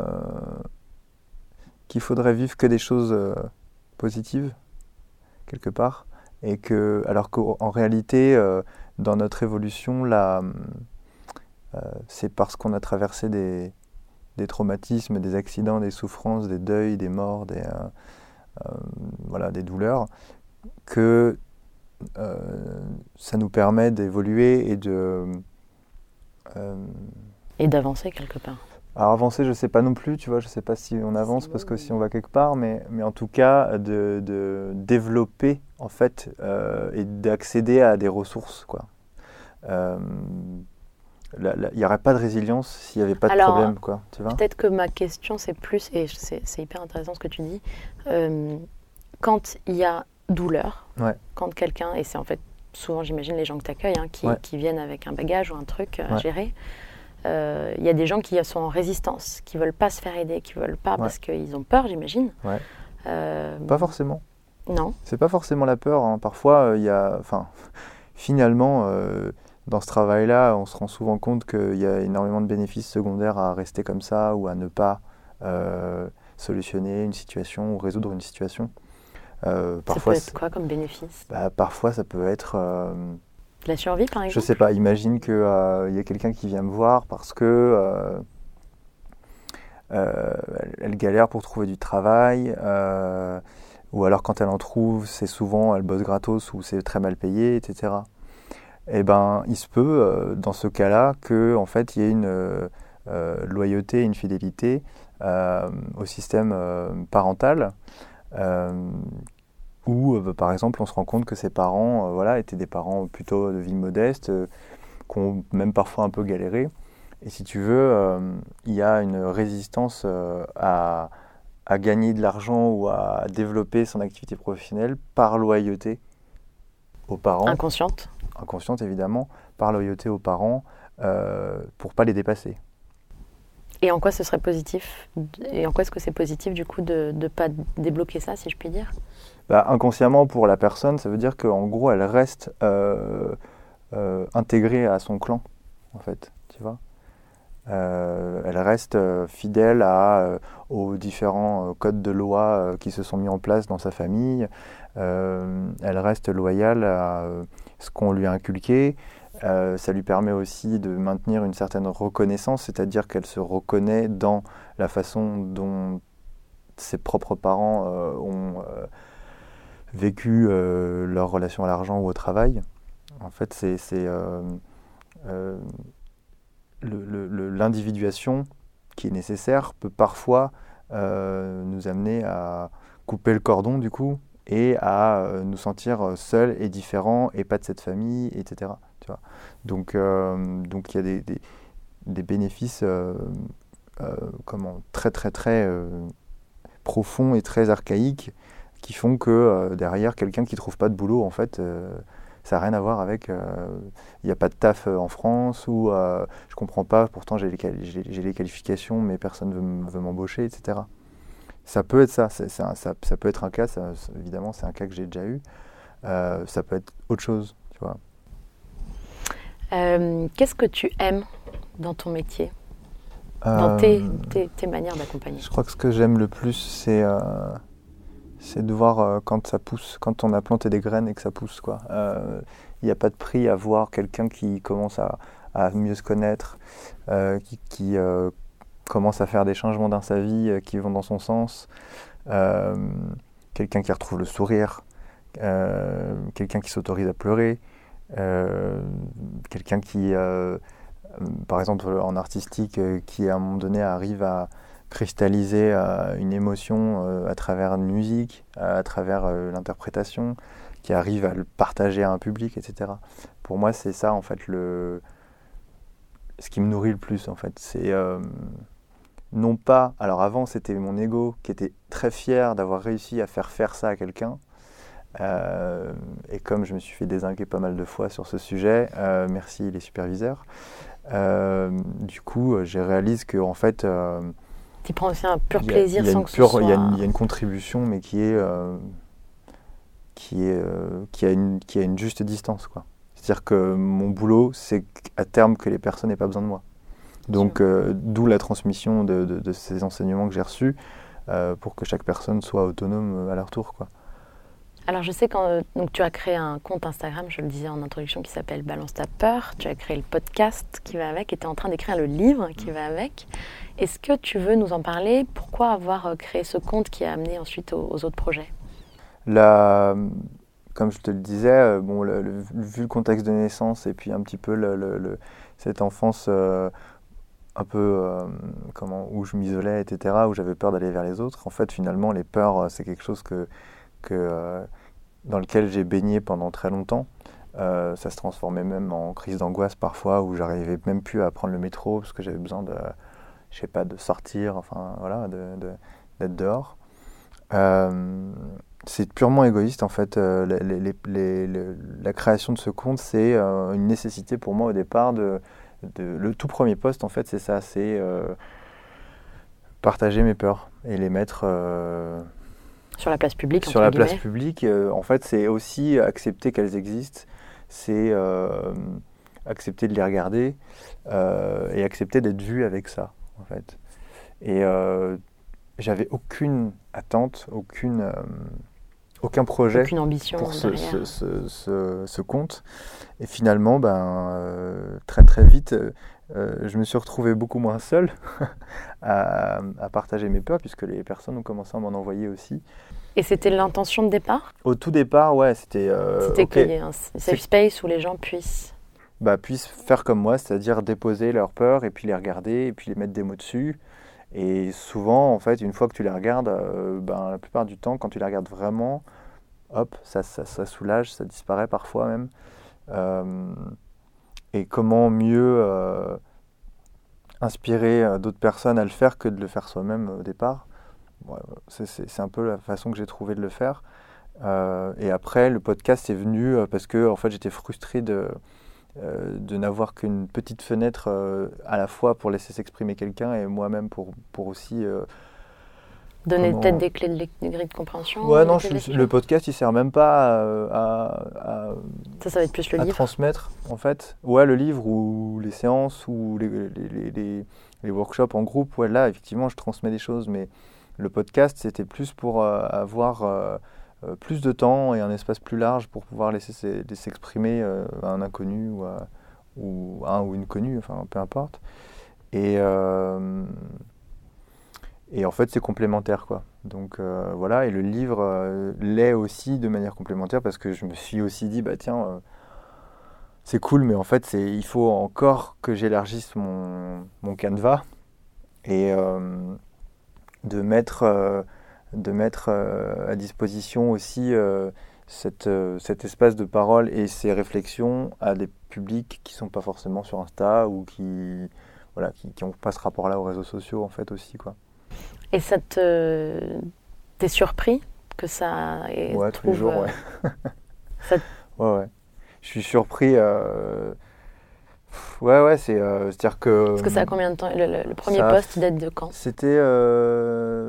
qu'il faudrait vivre que des choses euh, positives quelque part, et que, alors qu'en réalité, euh, dans notre évolution, là, euh, c'est parce qu'on a traversé des, des traumatismes, des accidents, des souffrances, des deuils, des morts, des, euh, euh, voilà, des douleurs, que euh, ça nous permet d'évoluer et de euh, et d'avancer quelque part. Alors avancer, je ne sais pas non plus, tu vois, je ne sais pas si on avance parce que si on va quelque part, mais, mais en tout cas de, de développer en fait euh, et d'accéder à des ressources, quoi. Euh, il n'y aurait pas de résilience s'il n'y avait pas de Alors, problème, quoi, tu vois. Peut-être que ma question c'est plus, et c'est, c'est hyper intéressant ce que tu dis, euh, quand il y a douleur, ouais. quand quelqu'un, et c'est en fait souvent j'imagine les gens que tu accueilles, hein, qui, ouais. qui viennent avec un bagage ou un truc à ouais. gérer, il euh, y a des gens qui sont en résistance, qui ne veulent pas se faire aider, qui ne veulent pas ouais. parce qu'ils ont peur, j'imagine. Ouais. Euh, pas forcément. Non. C'est pas forcément la peur, hein. Parfois, il euh, y a, enfin, finalement, euh, dans ce travail-là, on se rend souvent compte qu'il y a énormément de bénéfices secondaires à rester comme ça ou à ne pas euh, solutionner une situation ou résoudre une situation. Euh, parfois, ça peut être quoi comme bénéfice ? Bah, parfois, ça peut être... Euh, de la survie, par exemple ? Je sais pas, imagine qu'il euh, y a quelqu'un qui vient me voir parce que euh, euh, elle, elle galère pour trouver du travail, euh, ou alors quand elle en trouve, c'est souvent elle bosse gratos ou c'est très mal payé, et cetera. Et ben, il se peut, euh, dans ce cas-là, que en fait, il y ait une euh, loyauté, une fidélité euh, au système euh, parental. Euh, Où, euh, par exemple, on se rend compte que ses parents euh, voilà, étaient des parents plutôt de vie modeste, euh, qui ont même parfois un peu galéré. Et si tu veux, euh, il y a une résistance euh, à, à gagner de l'argent ou à développer son activité professionnelle par loyauté aux parents. Inconsciente. Inconsciente, évidemment, par loyauté aux parents, euh, pour ne pas les dépasser. Et en quoi ce serait positif ? Et en quoi est-ce que c'est positif, du coup, de ne pas débloquer ça, si je puis dire ? Bah, inconsciemment, pour la personne, ça veut dire qu'en gros, elle reste euh, euh, intégrée à son clan, en fait, tu vois. Euh, elle reste euh, fidèle à, euh, aux différents euh, codes de loi euh, qui se sont mis en place dans sa famille. Euh, elle reste loyale à euh, ce qu'on lui a inculqué. Euh, ça lui permet aussi de maintenir une certaine reconnaissance, c'est-à-dire qu'elle se reconnaît dans la façon dont ses propres parents euh, ont euh, vécu euh, leur relation à l'argent ou au travail. En fait, c'est, c'est euh, euh, le, le, le, l'individuation qui est nécessaire peut parfois euh, nous amener à couper le cordon du coup et à euh, nous sentir seuls et différents et pas de cette famille, et cetera. Tu vois. Donc, euh, donc il y a des, des, des bénéfices euh, euh, comment, très très très euh, profonds et très archaïques qui font que euh, derrière quelqu'un qui ne trouve pas de boulot, en fait, euh, ça n'a rien à voir avec... Il euh, n'y a pas de taf en France, ou euh, je ne comprends pas, pourtant j'ai les, j'ai, j'ai les qualifications, mais personne ne veut, veut m'embaucher, et cetera. Ça peut être ça, c'est, c'est un, ça, ça peut être un cas, ça, évidemment c'est un cas que j'ai déjà eu, euh, ça peut être autre chose, tu vois. Euh, qu'est-ce que tu aimes dans ton métier, dans tes, tes, tes manières d'accompagner? Je crois que ce que j'aime le plus, c'est, euh, c'est de voir euh, quand ça pousse, quand on a planté des graines et que ça pousse, quoi. Euh, il n'y a pas de prix à voir quelqu'un qui commence à, à mieux se connaître, euh, qui, qui euh, commence à faire des changements dans sa vie euh, qui vont dans son sens, euh, quelqu'un qui retrouve le sourire, euh, quelqu'un qui s'autorise à pleurer, euh, quelqu'un qui, euh, par exemple en artistique, euh, qui à un moment donné arrive à cristalliser euh, une émotion euh, à travers une musique, à, à travers euh, l'interprétation, qui arrive à le partager à un public, et cetera. Pour moi, c'est ça en fait le ce qui me nourrit le plus en fait. C'est euh, non pas. Alors avant, c'était mon ego qui était très fier d'avoir réussi à faire faire ça à quelqu'un. Euh, et comme je me suis fait dézinguer pas mal de fois sur ce sujet, euh, merci les superviseurs. Euh, du coup, je réalise que en fait, euh, tu prends aussi un pur y a, plaisir y a sans une que pure, ce soit... Il y, y a une contribution, mais qui est euh, qui est euh, qui a une qui a une juste distance, quoi. C'est-à-dire que mon boulot, c'est à terme que les personnes n'aient pas besoin de moi. Donc, euh, d'où la transmission de, de, de ces enseignements que j'ai reçus euh, pour que chaque personne soit autonome à leur tour, quoi. Alors je sais que donc tu as créé un compte Instagram, je le disais en introduction, qui s'appelle Balance ta peur. Tu as créé le podcast qui va avec et tu es en train d'écrire le livre qui va avec. Est-ce que tu veux nous en parler? Pourquoi avoir créé ce compte qui a amené ensuite aux, aux autres projets? La, comme je te le disais, bon, le, le, vu le contexte de naissance et puis un petit peu le, le, le, cette enfance euh, un peu euh, comment, où je m'isolais, et cetera, où j'avais peur d'aller vers les autres, en fait finalement les peurs, c'est quelque chose que Que, euh, dans lequel j'ai baigné pendant très longtemps. Euh, ça se transformait même en crise d'angoisse parfois, où j'arrivais même plus à prendre le métro parce que j'avais besoin de, je sais pas, de sortir, enfin voilà, de, de, d'être dehors. Euh, c'est purement égoïste en fait. Euh, les, les, les, les, la création de ce compte, c'est euh, une nécessité pour moi au départ. De, de, le tout premier poste en fait, c'est ça, c'est euh, partager mes peurs et les mettre euh, sur la place publique. Sur la place publique, euh, en fait, c'est aussi accepter qu'elles existent, c'est euh, accepter de les regarder euh, et accepter d'être vu avec ça, en fait. Et euh, j'avais aucune attente, aucune, euh, aucun projet aucune ambition pour ce, derrière. ce, ce, ce, ce compte. Et finalement, ben, euh, très très vite, euh, je me suis retrouvé beaucoup moins seul à, à partager mes peurs, puisque les personnes ont commencé à m'en envoyer aussi. Et c'était l'intention de départ? Au tout départ, ouais, c'était... Euh, c'était okay. qu'il y ait un safe space où les gens puissent... Bah, puissent faire comme moi, c'est-à-dire déposer leurs peurs et puis les regarder et puis les mettre des mots dessus. Et souvent, en fait, une fois que tu les regardes, euh, ben, la plupart du temps, quand tu les regardes vraiment, hop, ça, ça, ça soulage, ça disparaît parfois même. Euh, et comment mieux euh, inspirer euh, d'autres personnes à le faire que de le faire soi-même au départ. Ouais, c'est, c'est, c'est un peu la façon que j'ai trouvé de le faire. Euh, et après, le podcast est venu euh, parce que en fait, j'étais frustré de, euh, de n'avoir qu'une petite fenêtre euh, à la fois pour laisser s'exprimer quelqu'un et moi-même pour, pour aussi... Euh, donner comment... peut-être des clés de, des grilles de compréhension. Ouais, non, je, le podcast, il sert même pas à... à, à ça, ça va être plus le à livre. transmettre, en fait. Ouais, le livre ou les séances ou les, les, les, les, les workshops en groupe. Ouais, là, effectivement, je transmets des choses, mais... Le podcast, c'était plus pour euh, avoir euh, euh, plus de temps et un espace plus large pour pouvoir laisser, laisser s'exprimer euh, à un inconnu ou, à, ou un ou une connue, enfin peu importe. Et, euh, et en fait, c'est complémentaire, quoi. Donc euh, voilà, et le livre euh, l'est aussi de manière complémentaire parce que je me suis aussi dit, bah tiens, euh, c'est cool, mais en fait, c'est, il faut encore que j'élargisse mon, mon canevas. Et... Euh, de mettre, euh, de mettre euh, à disposition aussi euh, cette, euh, cet espace de parole et ces réflexions à des publics qui ne sont pas forcément sur Insta ou qui voilà, qui n'ont pas ce rapport-là aux réseaux sociaux en fait aussi, quoi. Et ça te... t'es surpris que ça ait ouais, tous les jours, ouais. ça... ouais, ouais. Je suis surpris... Euh... Ouais, ouais, c'est, euh, c'est-à-dire que... Parce que ça a combien de temps? Le, le, le premier ça, poste date de quand? C'était euh,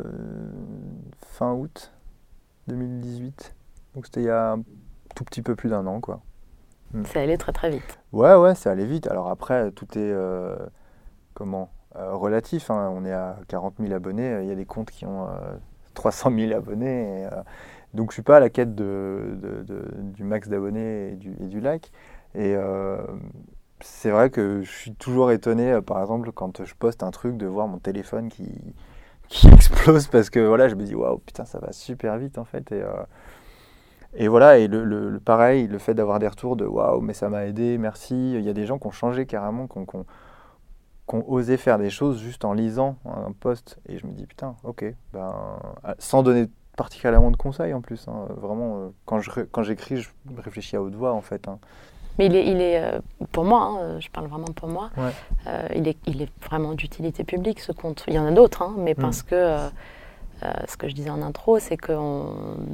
fin août deux mille dix-huit. Donc c'était il y a un tout petit peu plus d'un an, quoi. Mm. C'est allé très très vite. Ouais, ouais, c'est allé vite. Alors après, tout est euh, comment euh, relatif. Hein. On est à quarante mille abonnés. Il y a des comptes qui ont euh, trois cent mille abonnés. Et, euh, donc je suis pas à la quête de, de, de, du max d'abonnés et du, et du like. Et euh, c'est vrai que je suis toujours étonné, euh, par exemple, quand je poste un truc, de voir mon téléphone qui, qui explose parce que voilà, je me dis waouh, putain, ça va super vite en fait. Et, euh, et voilà, et le, le, le pareil, le fait d'avoir des retours de waouh, mais ça m'a aidé, merci. Il y a des gens qui ont changé carrément, qui ont, qui ont, qui ont osé faire des choses juste en lisant un post. Et je me dis putain, ok, ben, sans donner particulièrement de conseils en plus. Hein, vraiment, euh, quand, je, quand j'écris, je réfléchis à haute voix en fait. Hein. Mais il est, il est euh, pour moi, hein, je parle vraiment pour moi, Ouais. euh, il, est, il est vraiment d'utilité publique ce compte. Il y en a d'autres, hein, mais parce Mm. que euh, euh, ce que je disais en intro, c'est que on...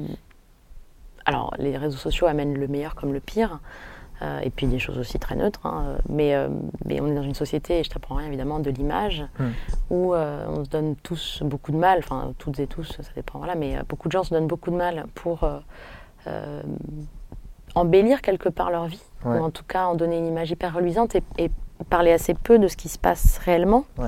alors les réseaux sociaux amènent le meilleur comme le pire, euh, et puis des choses aussi très neutres. Hein, mais, euh, mais on est dans une société, et je t'apprends rien évidemment, de l'image, Mm. où euh, on se donne tous beaucoup de mal, enfin toutes et tous, ça dépend, voilà, mais euh, beaucoup de gens se donnent beaucoup de mal pour euh, euh, embellir quelque part leur vie. Ouais. Ou en tout cas en donner une image hyper reluisante et, et parler assez peu de ce qui se passe réellement. Ouais.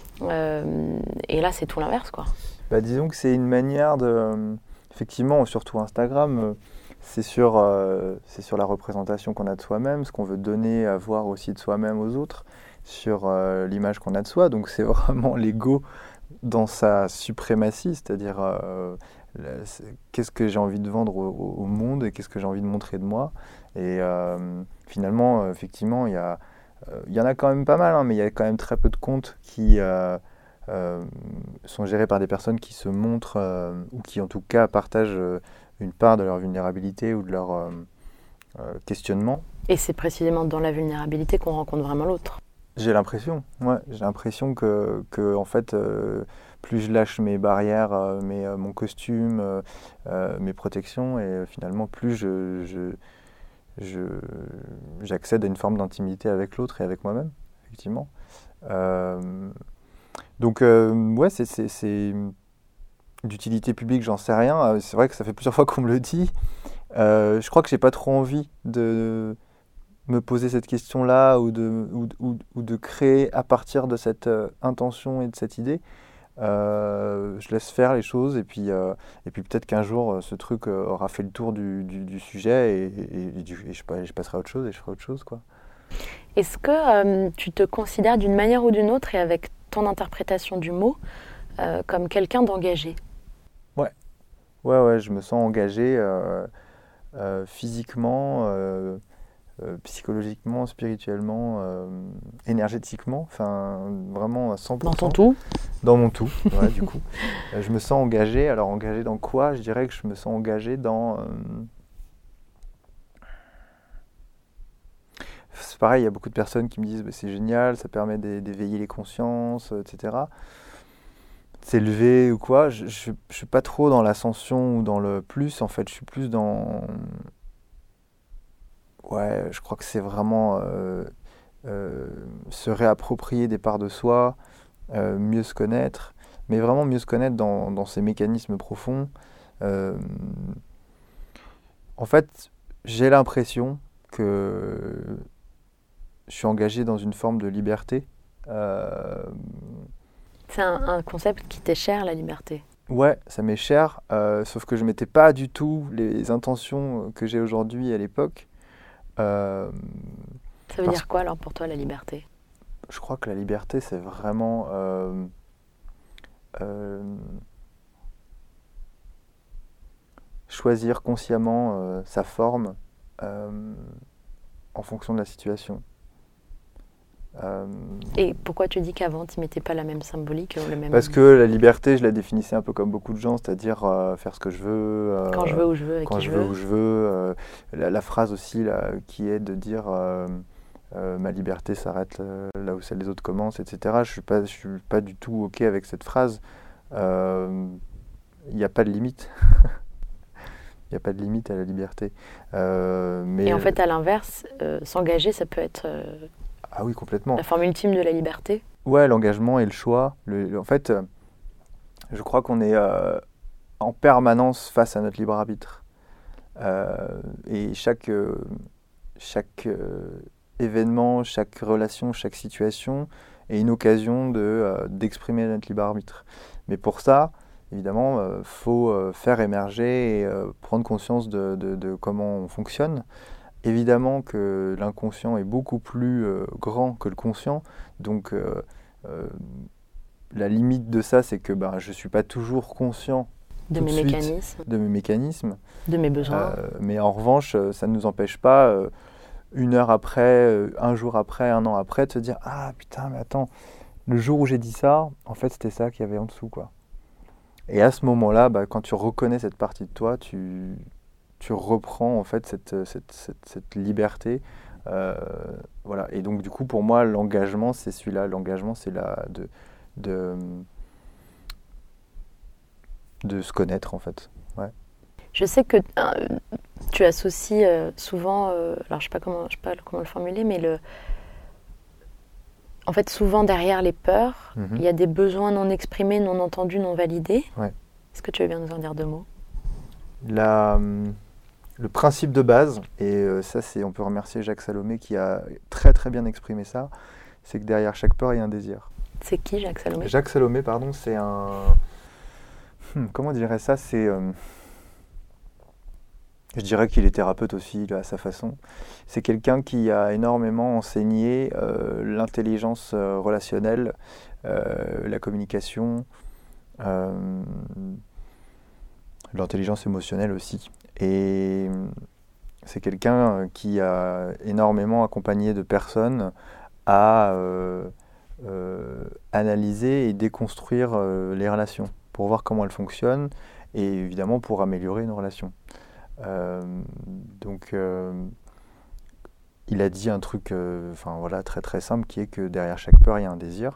Euh, et là, c'est tout l'inverse, quoi. Bah, disons que c'est une manière de... euh, effectivement, surtout Instagram, euh, c'est sur, euh, c'est sur la représentation qu'on a de soi-même, ce qu'on veut donner à voir aussi de soi-même aux autres, sur euh, l'image qu'on a de soi. Donc c'est vraiment l'ego dans sa suprématie, c'est-à-dire euh, la- c'est- qu'est-ce que j'ai envie de vendre au, au- au monde et qu'est-ce que j'ai envie de montrer de moi. Et euh, finalement, euh, effectivement, il y a, euh, il y en a quand même pas mal, hein, mais il y a quand même très peu de comptes qui euh, euh, sont gérés par des personnes qui se montrent euh, ou qui en tout cas partagent euh, une part de leur vulnérabilité ou de leur euh, euh, questionnement. Et c'est précisément dans la vulnérabilité qu'on rencontre vraiment l'autre. J'ai l'impression, ouais, j'ai l'impression que, que en fait, euh, plus je lâche mes barrières, euh, mes, euh, mon costume, euh, euh, mes protections, et euh, finalement plus je, je, je, j'accède à une forme d'intimité avec l'autre et avec moi-même, effectivement. Euh, donc, euh, ouais, c'est, c'est, c'est d'utilité publique, j'en sais rien. C'est vrai que ça fait plusieurs fois qu'on me le dit. Euh, je crois que j'ai pas trop envie de me poser cette question-là ou de, ou, ou, ou de créer à partir de cette euh, intention et de cette idée. Euh, je laisse faire les choses et puis, euh, et puis peut-être qu'un jour, euh, ce truc euh, aura fait le tour du, du, du sujet et, et, et, du, et je, je passerai à autre chose et je ferai autre chose, quoi. Est-ce que euh, tu te considères d'une manière ou d'une autre, et avec ton interprétation du mot, euh, comme quelqu'un d'engagé ? Ouais, ouais, ouais, je me sens engagé euh, euh, physiquement, euh, euh, psychologiquement, spirituellement, euh, énergétiquement, enfin vraiment à cent pour cent. Dans ton tout ? Dans mon tout, ouais, du coup. Euh, je me sens engagé. Alors engagé dans quoi ? Je dirais que je me sens engagé dans... Euh... C'est pareil, il y a beaucoup de personnes qui me disent bah, c'est génial, ça permet d'é- d'éveiller les consciences, et cetera. S'élever ou quoi. Je ne suis pas trop dans l'ascension ou dans le plus, en fait. Je suis plus dans... Ouais, je crois que c'est vraiment euh, euh, se réapproprier des parts de soi, euh, mieux se connaître, mais vraiment mieux se connaître dans, dans ses mécanismes profonds. Euh, en fait, j'ai l'impression que je suis engagé dans une forme de liberté. Euh, C'est un, un concept qui t'est cher, la liberté. Ouais, ça m'est cher, euh, sauf que je ne mettais pas du tout les intentions que j'ai aujourd'hui à l'époque. Euh, Ça veut parce- dire quoi alors pour toi la liberté ? Je crois que la liberté, c'est vraiment euh, euh, choisir consciemment euh, sa forme euh, en fonction de la situation. Euh, Et pourquoi tu dis qu'avant tu mettais pas la même symbolique, le même... parce que la liberté, je la définissais un peu comme beaucoup de gens, c'est-à-dire euh, faire ce que je veux. euh, Quand je veux, où je veux, avec quand qui je je veux, veux. où je veux. euh, la, la phrase aussi là, qui est de dire euh, euh, ma liberté s'arrête euh, là où celle des autres commence, et cetera. Je suis pas, je suis pas du tout ok avec cette phrase. Il euh, n'y a pas de limite. Il n'y a pas de limite à la liberté. Euh, mais Et en fait, à l'inverse, euh, s'engager, ça peut être euh, ah oui, complètement. la forme ultime de la liberté. Ouais, l'engagement et le choix. Le, le- en fait, euh, je crois qu'on est euh, en permanence face à notre libre arbitre. Euh, et chaque, euh, chaque euh, événement, chaque relation, chaque situation est une occasion de, euh, d'exprimer notre libre arbitre. Mais pour ça, évidemment, il euh, faut euh, faire émerger et euh, prendre conscience de, de, de comment on fonctionne. Évidemment que l'inconscient est beaucoup plus euh, grand que le conscient, donc euh, euh, la limite de ça, c'est que ben, je ne suis pas toujours conscient de tout mes de suite mécanismes, de mes mécanismes, de mes besoins. Euh, mais en revanche, ça ne nous empêche pas, euh, une heure après, euh, un jour après, un an après, de se dire « Ah putain, mais attends, le jour où j'ai dit ça, en fait, c'était ça qu'il y avait en dessous, quoi. » Et à ce moment-là, bah, quand tu reconnais cette partie de toi, tu, tu reprends en fait cette, cette, cette, cette liberté. Euh, voilà. Et donc, du coup, pour moi, l'engagement, c'est celui-là. L'engagement, c'est la, de, de, de se connaître, en fait. Ouais. Je sais que euh, tu associes euh, souvent, euh, alors je ne sais pas comment, je sais pas comment le formuler, mais le, en fait, souvent derrière les peurs, Mm-hmm. il y a des besoins non exprimés, non entendus, non validés. Ouais. Est-ce que tu veux bien nous en dire deux mots ? La, le principe de base, et euh, ça, c'est, on peut remercier Jacques Salomé qui a très très bien exprimé ça, c'est que derrière chaque peur, il y a un désir. C'est qui, Jacques Salomé ? Jacques Salomé, pardon, c'est un... Hmm, comment on dirait ça ? C'est... Euh... Je dirais qu'il est thérapeute aussi, là, à sa façon. C'est quelqu'un qui a énormément enseigné euh, l'intelligence euh, relationnelle, euh, la communication, euh, l'intelligence émotionnelle aussi. Et c'est quelqu'un qui a énormément accompagné de personnes à euh, euh, analyser et déconstruire euh, les relations pour voir comment elles fonctionnent et évidemment pour améliorer nos relations. Euh, donc euh, il a dit un truc euh, enfin, voilà, très très simple qui est que derrière chaque peur il y a un désir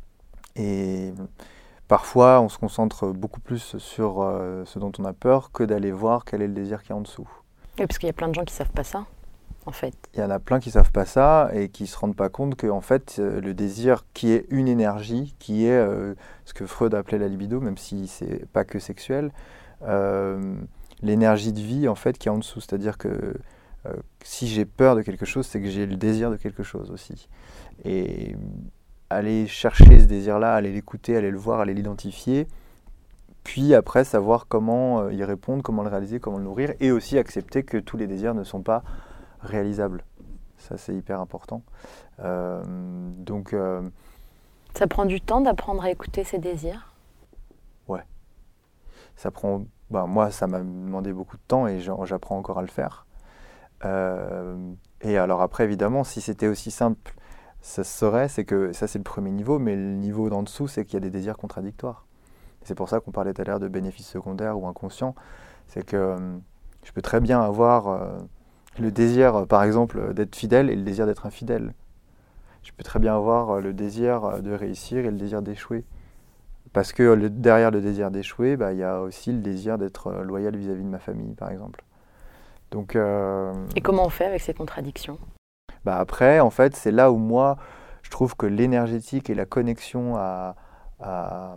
et parfois on se concentre beaucoup plus sur euh, ce dont on a peur que d'aller voir quel est le désir qui est en dessous. Oui, parce qu'il y a plein de gens qui ne savent pas ça, en fait. Il y en a plein qui ne savent pas ça et qui ne se rendent pas compte que en fait, euh, le désir qui est une énergie, qui est euh, ce que Freud appelait la libido, même si ce n'est pas que sexuel, euh, l'énergie de vie en fait qui est en dessous, c'est-à-dire que euh, si j'ai peur de quelque chose, c'est que j'ai le désir de quelque chose aussi. Et aller chercher ce désir-là, aller l'écouter, aller le voir, aller l'identifier, puis après savoir comment euh, y répondre, comment le réaliser, comment le nourrir, et aussi accepter que tous les désirs ne sont pas réalisables. Ça c'est hyper important. Euh, donc euh, ça prend du temps d'apprendre à écouter ses désirs ? Ouais. Ça prend... Ben, moi, ça m'a demandé beaucoup de temps et j'apprends encore à le faire. Euh, et alors après, évidemment, si c'était aussi simple, ça se serait, c'est que ça c'est le premier niveau, mais le niveau d'en dessous, c'est qu'il y a des désirs contradictoires. Et c'est pour ça qu'on parlait tout à l'heure de bénéfices secondaires ou inconscients. C'est que euh, je peux très bien avoir euh, le désir, par exemple, d'être fidèle et le désir d'être infidèle. Je peux très bien avoir le désir de réussir et le désir d'échouer. Parce que le, derrière le désir d'échouer, bah, y a aussi le désir d'être loyal vis-à-vis de ma famille, par exemple. Donc, euh, et comment on fait avec ces contradictions ? Bah après, en fait, c'est là où moi, je trouve que l'énergétique et la connexion à, à,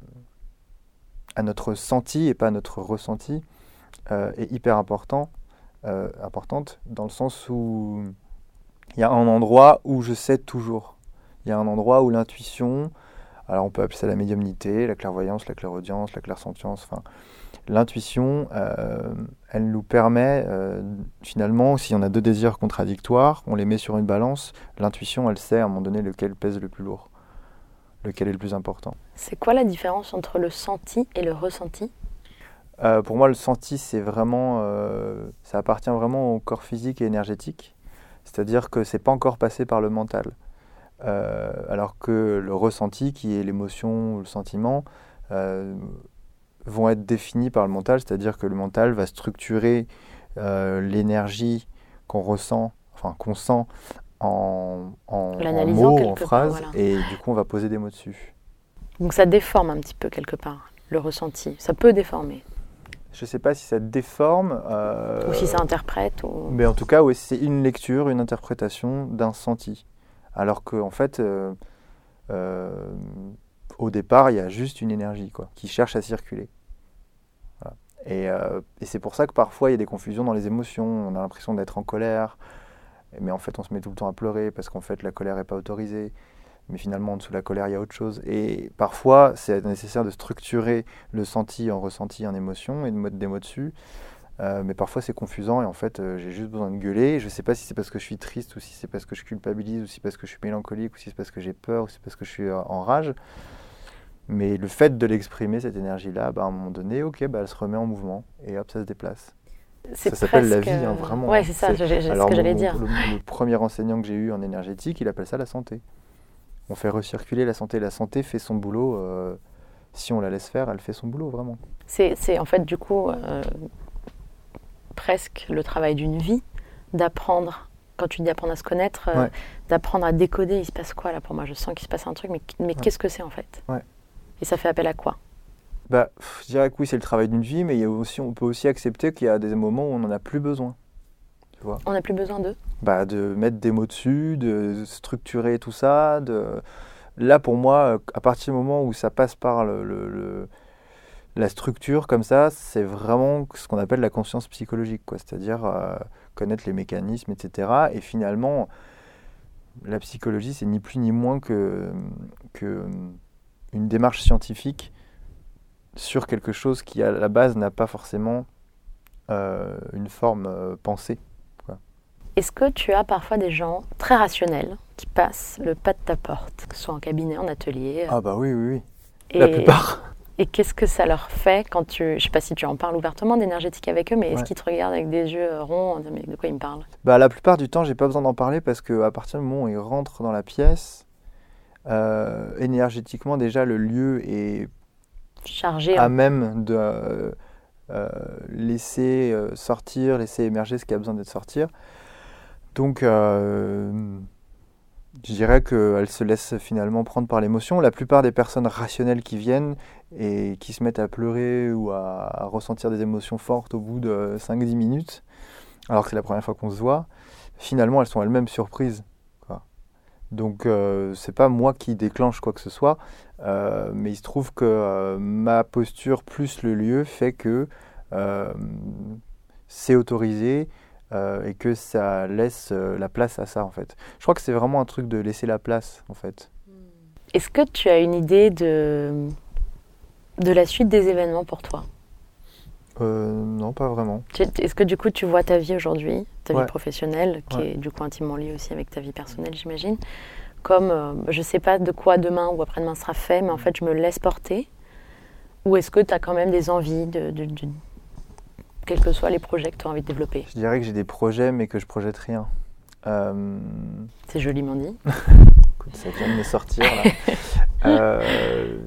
à notre senti et pas à notre ressenti euh, est hyper important, euh, importante, dans le sens où il y a un endroit où je sais toujours. Il y a un endroit où l'intuition... Alors on peut appeler ça la médiumnité, la clairvoyance, la clairaudience, la clairsentience, enfin l'intuition, euh, elle nous permet euh, finalement, si on a deux désirs contradictoires, on les met sur une balance, l'intuition elle sait à un moment donné lequel pèse le plus lourd, lequel est le plus important. C'est quoi la différence entre le senti et le ressenti ? euh, Pour moi le senti c'est vraiment, euh, ça appartient vraiment au corps physique et énergétique, c'est-à-dire que c'est pas encore passé par le mental. Euh, alors que le ressenti, qui est l'émotion ou le sentiment, euh, vont être définis par le mental, c'est-à-dire que le mental va structurer euh, l'énergie qu'on ressent, enfin qu'on sent en, en, en mots, en phrases, part, voilà. Et du coup on va poser des mots dessus. Donc ça déforme un petit peu quelque part, le ressenti, ça peut déformer. Je ne sais pas si ça déforme. Euh, ou si ça interprète. Ou... Mais en tout cas, oui, c'est une lecture, une interprétation d'un senti. Alors qu'en fait, euh, euh, au départ, il y a juste une énergie quoi, qui cherche à circuler. Voilà. Et, euh, et c'est pour ça que parfois, il y a des confusions dans les émotions. On a l'impression d'être en colère, mais en fait on se met tout le temps à pleurer parce qu'en fait la colère n'est pas autorisée, mais finalement en dessous de la colère il y a autre chose. Et parfois c'est nécessaire de structurer le senti en ressenti, en émotion et de mettre des mots dessus. Euh, mais parfois c'est confusant et en fait euh, j'ai juste besoin de gueuler. Je sais pas si c'est parce que je suis triste ou si c'est parce que je culpabilise ou si c'est parce que je suis mélancolique ou si c'est parce que j'ai peur ou si c'est parce que je suis en rage. Mais le fait de l'exprimer, cette énergie-là, bah, à un moment donné, ok, bah, elle se remet en mouvement et hop, ça se déplace. C'est ça s'appelle presque... la vie, hein, vraiment. Ouais, c'est ça, c'est, j'ai, j'ai, alors, ce que mon, j'allais dire. Le, le premier enseignant que j'ai eu en énergétique, il appelle ça la santé. On fait recirculer la santé. La santé fait son boulot. Euh, si on la laisse faire, elle fait son boulot, vraiment. C'est, c'est en fait, du coup, euh, presque le travail d'une vie, d'apprendre, quand tu dis apprendre à se connaître, euh, ouais. d'apprendre à décoder, il se passe quoi là pour moi ? Je sens qu'il se passe un truc, mais, mais ouais. qu'est-ce que c'est en fait ? Ouais. Et ça fait appel à quoi ? Bah, je dirais que oui, c'est le travail d'une vie, mais il y a aussi, on peut aussi accepter qu'il y a des moments où on n'en a plus besoin. Tu vois ? On n'a plus besoin d'eux ? Bah, de mettre des mots dessus, de structurer tout ça. De... Là, pour moi, à partir du moment où ça passe par le, le, le, la structure comme ça, c'est vraiment ce qu'on appelle la conscience psychologique, quoi. C'est-à-dire euh, connaître les mécanismes, et cetera. Et finalement, la psychologie, c'est ni plus ni moins que, que une démarche scientifique sur quelque chose qui, à la base, n'a pas forcément euh, une forme euh, pensée. Quoi. Est-ce que tu as parfois des gens très rationnels qui passent le pas de ta porte, que ce soit en cabinet, en atelier ? Ah bah oui, oui, oui. Et, la plupart. Et qu'est-ce que ça leur fait quand tu... Je ne sais pas si tu en parles ouvertement d'énergétique avec eux, mais est-ce ouais. qu'ils te regardent avec des yeux ronds en disant mais de quoi ils me parlent ? Bah la plupart du temps, j'ai pas besoin d'en parler parce qu'à partir du moment où ils rentrent dans la pièce, euh, énergétiquement, déjà, le lieu est... chargé, à hein. même de euh, euh, laisser euh, sortir, laisser émerger ce qui a besoin d'être sortir. Donc, euh, je dirais qu'elle se laisse finalement prendre par l'émotion. La plupart des personnes rationnelles qui viennent et qui se mettent à pleurer ou à, à ressentir des émotions fortes au bout de cinq à dix minutes, alors que c'est la première fois qu'on se voit, finalement, elles sont elles-mêmes surprises. Quoi. Donc, euh, c'est pas moi qui déclenche quoi que ce soit. Euh, mais il se trouve que euh, ma posture plus le lieu fait que euh, c'est autorisé euh, et que ça laisse euh, la place à ça en fait. Je crois que c'est vraiment un truc de laisser la place en fait. Est-ce que tu as une idée de, de la suite des événements pour toi ? euh, Non, pas vraiment. Est-ce que du coup tu vois ta vie aujourd'hui, ta ouais. vie professionnelle, qui ouais. est du coup intimement liée aussi avec ta vie personnelle j'imagine, comme euh, je ne sais pas de quoi demain ou après-demain sera fait, mais en fait je me laisse porter, ou est-ce que tu as quand même des envies, de, de, de, quels que soient les projets que tu as envie de développer ? Je dirais que j'ai des projets, mais que je projette rien. Euh... C'est joliment dit. Écoute, ça vient de me sortir là. euh...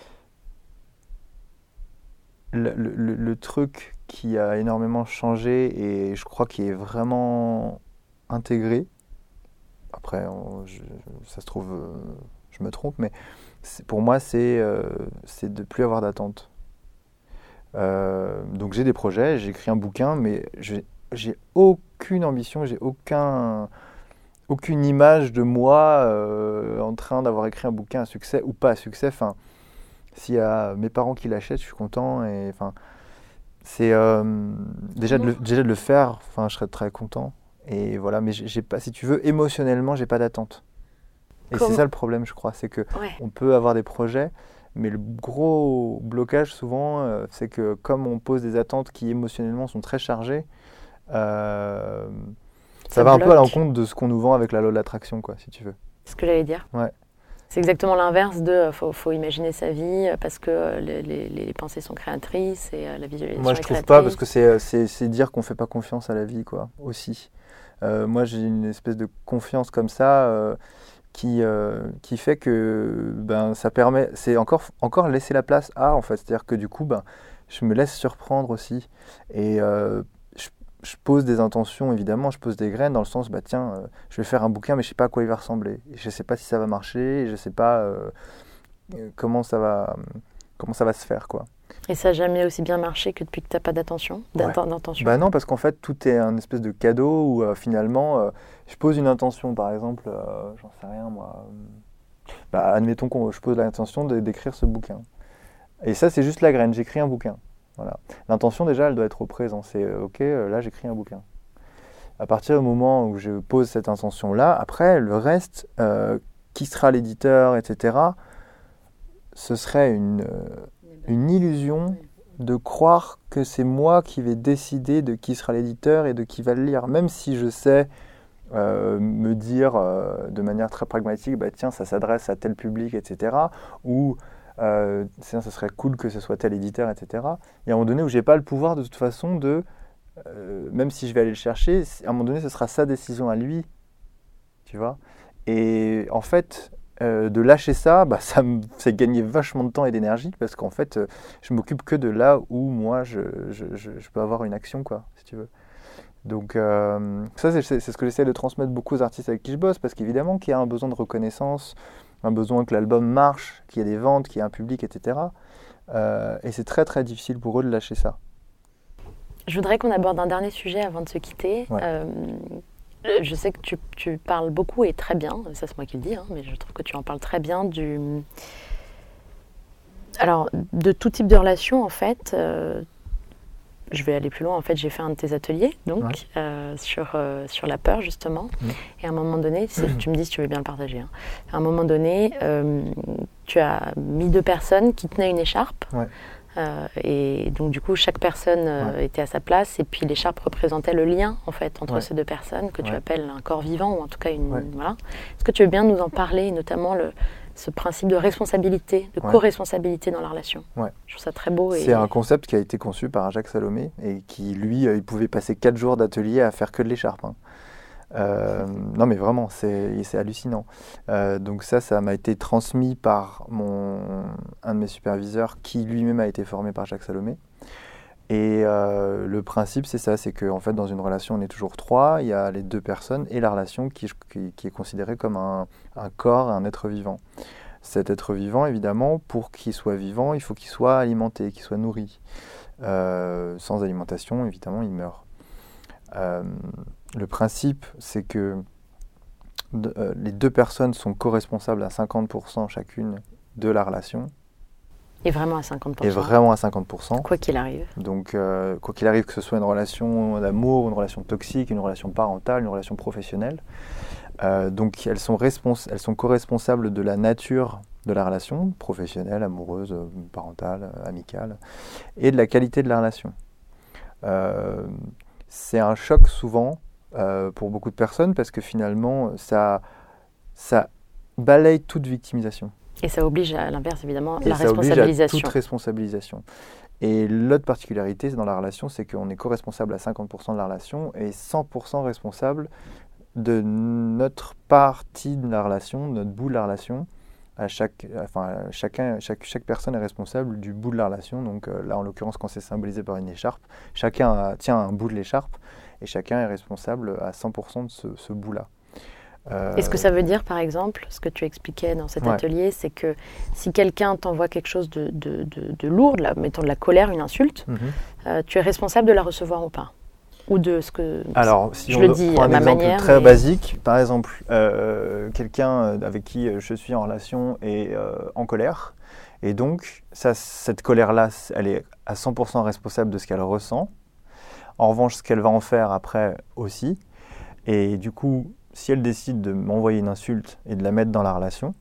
le, le, le truc qui a énormément changé et je crois qu'il est vraiment intégré, après, on, je, ça se trouve, euh, je me trompe, mais pour moi, c'est, euh, c'est de ne plus avoir d'attente. Euh, donc j'ai des projets, j'ai écrit un bouquin, mais j'ai, j'ai aucune ambition, j'ai aucun, aucune image de moi euh, en train d'avoir écrit un bouquin à succès ou pas à succès. Enfin, s'il y a mes parents qui l'achètent, je suis content. Et, enfin, c'est, euh, déjà, de le, déjà de le faire, enfin, je serais très content. Et voilà, mais j'ai pas, si tu veux, émotionnellement, j'ai pas d'attente. Et Comme... c'est ça le problème, je crois, c'est que ouais. on peut avoir des projets, mais le gros blocage souvent, euh, c'est que comme on pose des attentes qui émotionnellement sont très chargées, euh, ça, ça va bloque. Un peu à l'encontre de ce qu'on nous vend avec la loi de l'attraction, quoi, si tu veux. C'est ce que j'allais dire. Ouais. C'est exactement l'inverse de faut, faut imaginer sa vie parce que les, les, les pensées sont créatrices et la visualisation. Moi, je est trouve créatrice. pas parce que c'est, c'est, c'est dire qu'on fait pas confiance à la vie, quoi, aussi. Euh, moi, j'ai une espèce de confiance comme ça euh, qui, euh, qui fait que ben, ça permet, c'est encore, encore laisser la place à, en fait. C'est-à-dire que du coup, ben, je me laisse surprendre aussi. Et euh, je, je pose des intentions, évidemment, je pose des graines dans le sens, bah, tiens, euh, je vais faire un bouquin, mais je ne sais pas à quoi il va ressembler. Et je ne sais pas si ça va marcher, et je ne sais pas euh, comment, ça va, comment ça va se faire, quoi. Et ça n'a jamais aussi bien marché que depuis que tu n'as pas d'attention, ouais. d'intention. Bah non, parce qu'en fait, tout est un espèce de cadeau où euh, finalement, euh, je pose une intention, par exemple, euh, j'en sais rien moi. Euh, bah, admettons que je pose l'intention de, d'écrire ce bouquin. Et ça, c'est juste la graine, j'écris un bouquin. Voilà. L'intention, déjà, elle doit être au présent. C'est euh, ok, euh, là, j'écris un bouquin. À partir du moment où je pose cette intention-là, après, le reste, euh, qui sera l'éditeur, et cetera, ce serait une, une illusion de croire que c'est moi qui vais décider de qui sera l'éditeur et de qui va le lire. Même si je sais euh, me dire euh, de manière très pragmatique, bah, tiens, ça s'adresse à tel public, et cetera. Ou euh, ça serait cool que ce soit tel éditeur, et cetera. Il y a un moment donné où je n'ai pas le pouvoir de toute façon de, euh, même si je vais aller le chercher, à un moment donné, ce sera sa décision à lui. Tu vois ? Et en fait, euh, de lâcher ça, bah, ça me fait gagner vachement de temps et d'énergie parce qu'en fait, euh, je m'occupe que de là où moi, je, je, je, je peux avoir une action, quoi, si tu veux. Donc euh, ça, c'est, c'est ce que j'essaie de transmettre beaucoup aux artistes avec qui je bosse parce qu'évidemment qu'il y a un besoin de reconnaissance, un besoin que l'album marche, qu'il y ait des ventes, qu'il y ait un public, et cetera. Euh, et c'est très, très difficile pour eux de lâcher ça. Je voudrais qu'on aborde un dernier sujet avant de se quitter. Ouais. Euh, Je sais que tu, tu parles beaucoup et très bien, ça c'est moi qui le dis, hein, mais je trouve que tu en parles très bien du... Alors, de tout type de relation, en fait, euh, je vais aller plus loin, en fait, j'ai fait un de tes ateliers, donc, ouais. euh, sur, euh, sur la peur, justement, mmh. et à un moment donné, c'est, tu me dis si tu veux bien le partager, hein. À un moment donné, euh, tu as mis deux personnes qui tenaient une écharpe, ouais. Euh, et donc du coup chaque personne euh, ouais. était à sa place et puis l'écharpe représentait le lien en fait entre ouais. ces deux personnes que ouais. tu appelles un corps vivant ou en tout cas une ouais. voilà. Est-ce que tu veux bien nous en parler, notamment le, ce principe de responsabilité, de ouais. co-responsabilité dans la relation? Ouais. Je trouve ça très beau. C'est et... un concept qui a été conçu par Jacques Salomé et qui lui euh, il pouvait passer quatre jours d'atelier à faire que de l'écharpe. Hein. Euh, non mais vraiment c'est, c'est hallucinant. Euh, donc ça ça m'a été transmis par mon, un de mes superviseurs qui lui-même a été formé par Jacques Salomé et euh, le principe c'est ça, c'est que en fait dans une relation on est toujours trois, il y a les deux personnes et la relation qui, qui, qui est considérée comme un, un corps, un être vivant. Cet être vivant évidemment pour qu'il soit vivant il faut qu'il soit alimenté, qu'il soit nourri. Euh, sans alimentation évidemment il meurt. Euh, Le principe, c'est que de, euh, les deux personnes sont co-responsables à cinquante pour cent chacune de la relation. Et vraiment à cinquante pour cent. Et vraiment à cinquante pour cent. Quoi qu'il arrive. Donc, euh, quoi qu'il arrive, que ce soit une relation d'amour, une relation toxique, une relation parentale, une relation professionnelle. Euh, donc, elles sont, respons- elles sont co-responsables de la nature de la relation, professionnelle, amoureuse, parentale, amicale, et de la qualité de la relation. Euh, c'est un choc souvent euh, pour beaucoup de personnes parce que finalement ça, ça balaye toute victimisation. Et ça oblige à l'inverse évidemment et la ça responsabilisation. Oblige à toute responsabilisation. Et l'autre particularité dans la relation, c'est qu'on est co-responsable à cinquante pour cent de la relation et cent pour cent responsable de notre partie de la relation, de notre bout de la relation. À chaque, enfin, chacun, chaque, chaque personne est responsable du bout de la relation. Donc euh, là, en l'occurrence, quand c'est symbolisé par une écharpe, chacun a, tient un bout de l'écharpe et chacun est responsable à cent pour cent de ce, ce bout-là. Euh... Et ce que ça veut dire, par exemple, ce que tu expliquais dans cet ouais. atelier, c'est que si quelqu'un t'envoie quelque chose de, de, de, de lourd, là, mettons de la colère, une insulte, mm-hmm. euh, tu es responsable de la recevoir ou pas? Ou de ce que Alors, si je on le dis prend à un ma exemple manière, très mais... basique, par exemple, euh, quelqu'un avec qui je suis en relation est euh, en colère, et donc ça, cette colère-là, elle est à cent pour cent responsable de ce qu'elle ressent. En revanche, ce qu'elle va en faire après aussi, et du coup, si elle décide de m'envoyer une insulte et de la mettre dans la relation,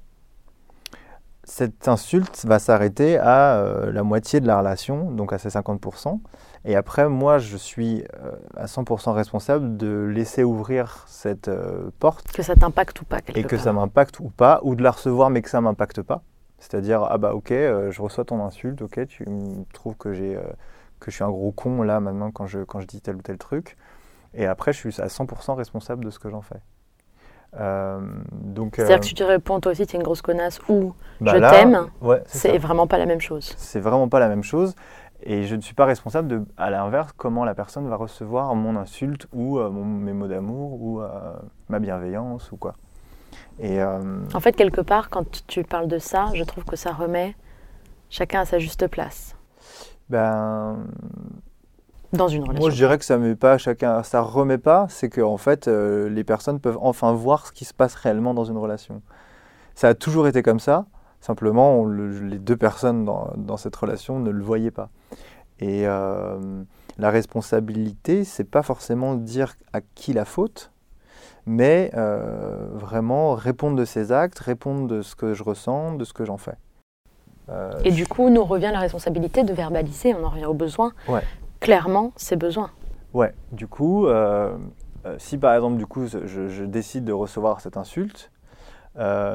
cette insulte va s'arrêter à euh, la moitié de la relation, donc à ces cinquante pour cent. Et après, moi, je suis euh, à cent pour cent responsable de laisser ouvrir cette euh, porte. Que ça t'impacte ou pas, quelque Et que part. ça m'impacte ou pas, ou de la recevoir, mais que ça ne m'impacte pas. C'est-à-dire, ah bah ok, euh, je reçois ton insulte, ok, tu trouves que, j'ai, euh, que je suis un gros con, là, maintenant, quand je, quand je dis tel ou tel truc. Et après, je suis à cent pour cent responsable de ce que j'en fais. Euh, donc, C'est-à-dire euh, que si tu réponds toi aussi, tu es une grosse connasse ou bah je là, t'aime, ouais, c'est, c'est vraiment pas la même chose. C'est vraiment pas la même chose. Et je ne suis pas responsable de, à l'inverse, comment la personne va recevoir mon insulte ou euh, mon, mes mots d'amour ou euh, ma bienveillance ou quoi. Et, euh, en fait, quelque part, quand tu parles de ça, je trouve que ça remet chacun à sa juste place. Ben, dans une relation. Moi, je dirais que ça met pas chacun, ça remet pas. C'est que en fait, euh, les personnes peuvent enfin voir ce qui se passe réellement dans une relation. Ça a toujours été comme ça. Simplement, on le, les deux personnes dans, dans cette relation ne le voyaient pas. Et, euh, la responsabilité, c'est pas forcément dire à qui la faute, mais euh, vraiment répondre de ses actes, répondre de ce que je ressens, de ce que j'en fais. Euh, Et du coup, nous revient la responsabilité de verbaliser, on en revient aux besoins. Ouais. Clairement, ces besoins. Ouais, du coup, euh, euh, si par exemple, du coup, je, je décide de recevoir cette insulte, euh,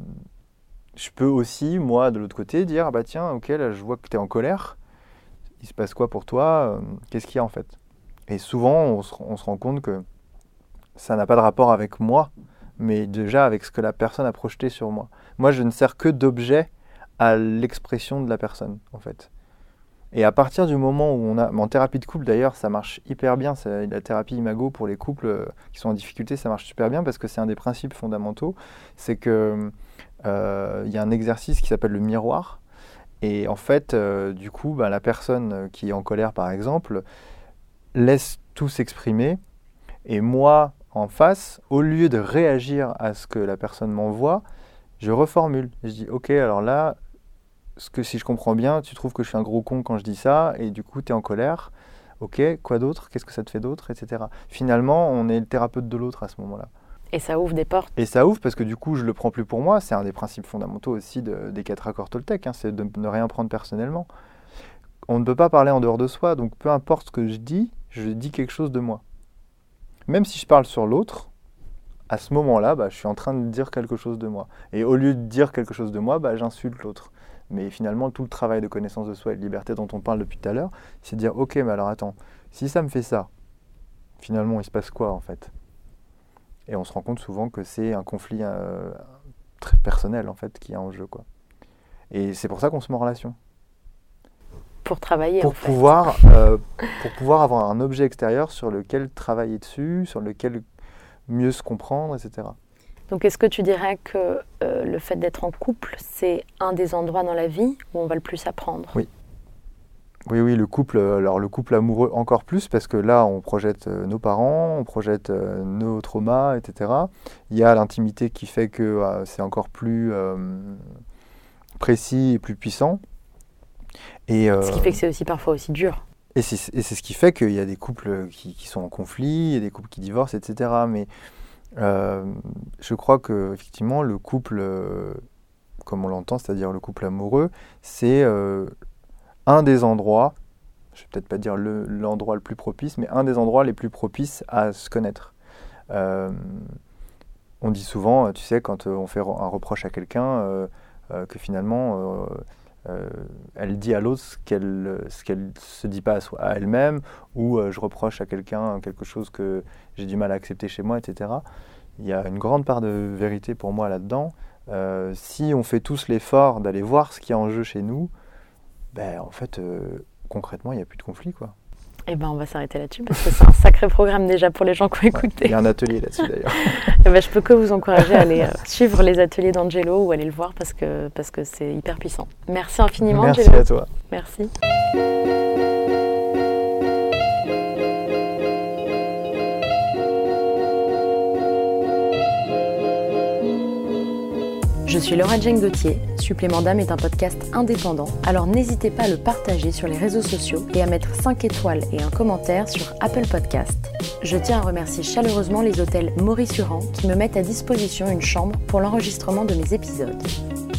je peux aussi, moi, de l'autre côté, dire ah bah tiens, ok, là, je vois que tu es en colère, il se passe quoi pour toi, euh, qu'est-ce qu'il y a en fait? Et souvent, on se, on se rend compte que ça n'a pas de rapport avec moi, mais déjà avec ce que la personne a projeté sur moi. Moi, je ne sers que d'objet à l'expression de la personne, en fait. Et à partir du moment où on a... En thérapie de couple, d'ailleurs, ça marche hyper bien. C'est la thérapie Imago pour les couples qui sont en difficulté, ça marche super bien parce que c'est un des principes fondamentaux. C'est qu'il euh, y a un exercice qui s'appelle le miroir. Et en fait, euh, du coup, bah, la personne qui est en colère, par exemple, laisse tout s'exprimer. Et moi, en face, au lieu de réagir à ce que la personne m'envoie, je reformule. Je dis, ok, alors là... ce que si je comprends bien, tu trouves que je suis un gros con quand je dis ça, et du coup, tu es en colère. Ok, quoi d'autre? Qu'est-ce que ça te fait d'autre? Etc. Finalement, on est le thérapeute de l'autre à ce moment-là. Et ça ouvre des portes. Et ça ouvre parce que du coup, je le prends plus pour moi. C'est un des principes fondamentaux aussi de, des quatre accords Toltec, hein, c'est de ne rien prendre personnellement. On ne peut pas parler en dehors de soi, donc peu importe ce que je dis, je dis quelque chose de moi. Même si je parle sur l'autre, à ce moment-là, bah, je suis en train de dire quelque chose de moi. Et au lieu de dire quelque chose de moi, bah, j'insulte l'autre. Mais finalement, tout le travail de connaissance de soi et de liberté dont on parle depuis tout à l'heure, c'est de dire, ok, mais alors attends, si ça me fait ça, finalement, il se passe quoi en fait? Et on se rend compte souvent que c'est un conflit euh, très personnel en fait qui est en jeu, quoi. Et c'est pour ça qu'on se met en relation. Pour travailler, pour en fait. pouvoir, euh, pour pouvoir avoir un objet extérieur sur lequel travailler dessus, sur lequel mieux se comprendre, et cetera. Donc, est-ce que tu dirais que euh, le fait d'être en couple, c'est un des endroits dans la vie où on va le plus apprendre? Oui. Oui, oui, le couple, alors le couple amoureux encore plus, parce que là, on projette euh, nos parents, on projette euh, nos traumas, et cetera. Il y a l'intimité qui fait que euh, c'est encore plus euh, précis et plus puissant. Et, euh, ce qui fait que c'est aussi parfois aussi dur. Et c'est, et c'est ce qui fait qu'il y a des couples qui, qui sont en conflit, il y a des couples qui divorcent, et cetera. Mais Euh, je crois que effectivement le couple, euh, comme on l'entend, c'est-à-dire le couple amoureux, c'est euh, un des endroits, je vais peut-être pas dire le, l'endroit le plus propice, mais un des endroits les plus propices à se connaître. Euh, on dit souvent, tu sais, quand on fait un reproche à quelqu'un, euh, euh, que finalement euh, euh, elle dit à l'autre ce qu'elle ce qu'elle se dit pas à, soi, à elle-même, ou euh, je reproche à quelqu'un quelque chose que j'ai du mal à accepter chez moi, et cetera. Il y a une grande part de vérité pour moi là-dedans. Euh, si on fait tous l'effort d'aller voir ce qu'il y a en jeu chez nous, ben, en fait, euh, concrètement, il n'y a plus de conflit, quoi. Eh ben, on va s'arrêter là-dessus parce que c'est un sacré programme déjà pour les gens qui ont écouté. Ouais, il y a un atelier là-dessus d'ailleurs. Eh ben, je peux que vous encourager à aller euh, suivre les ateliers d'Angelo ou aller le voir parce que, parce que c'est hyper puissant. Merci infiniment, Merci Angelo. à toi. Merci. Je suis Laura Jane Gauthier. Supplément d'âme est un podcast indépendant, alors n'hésitez pas à le partager sur les réseaux sociaux et à mettre cinq étoiles et un commentaire sur Apple Podcast. Je tiens à remercier chaleureusement les hôtels Maurice Urand qui me mettent à disposition une chambre pour l'enregistrement de mes épisodes.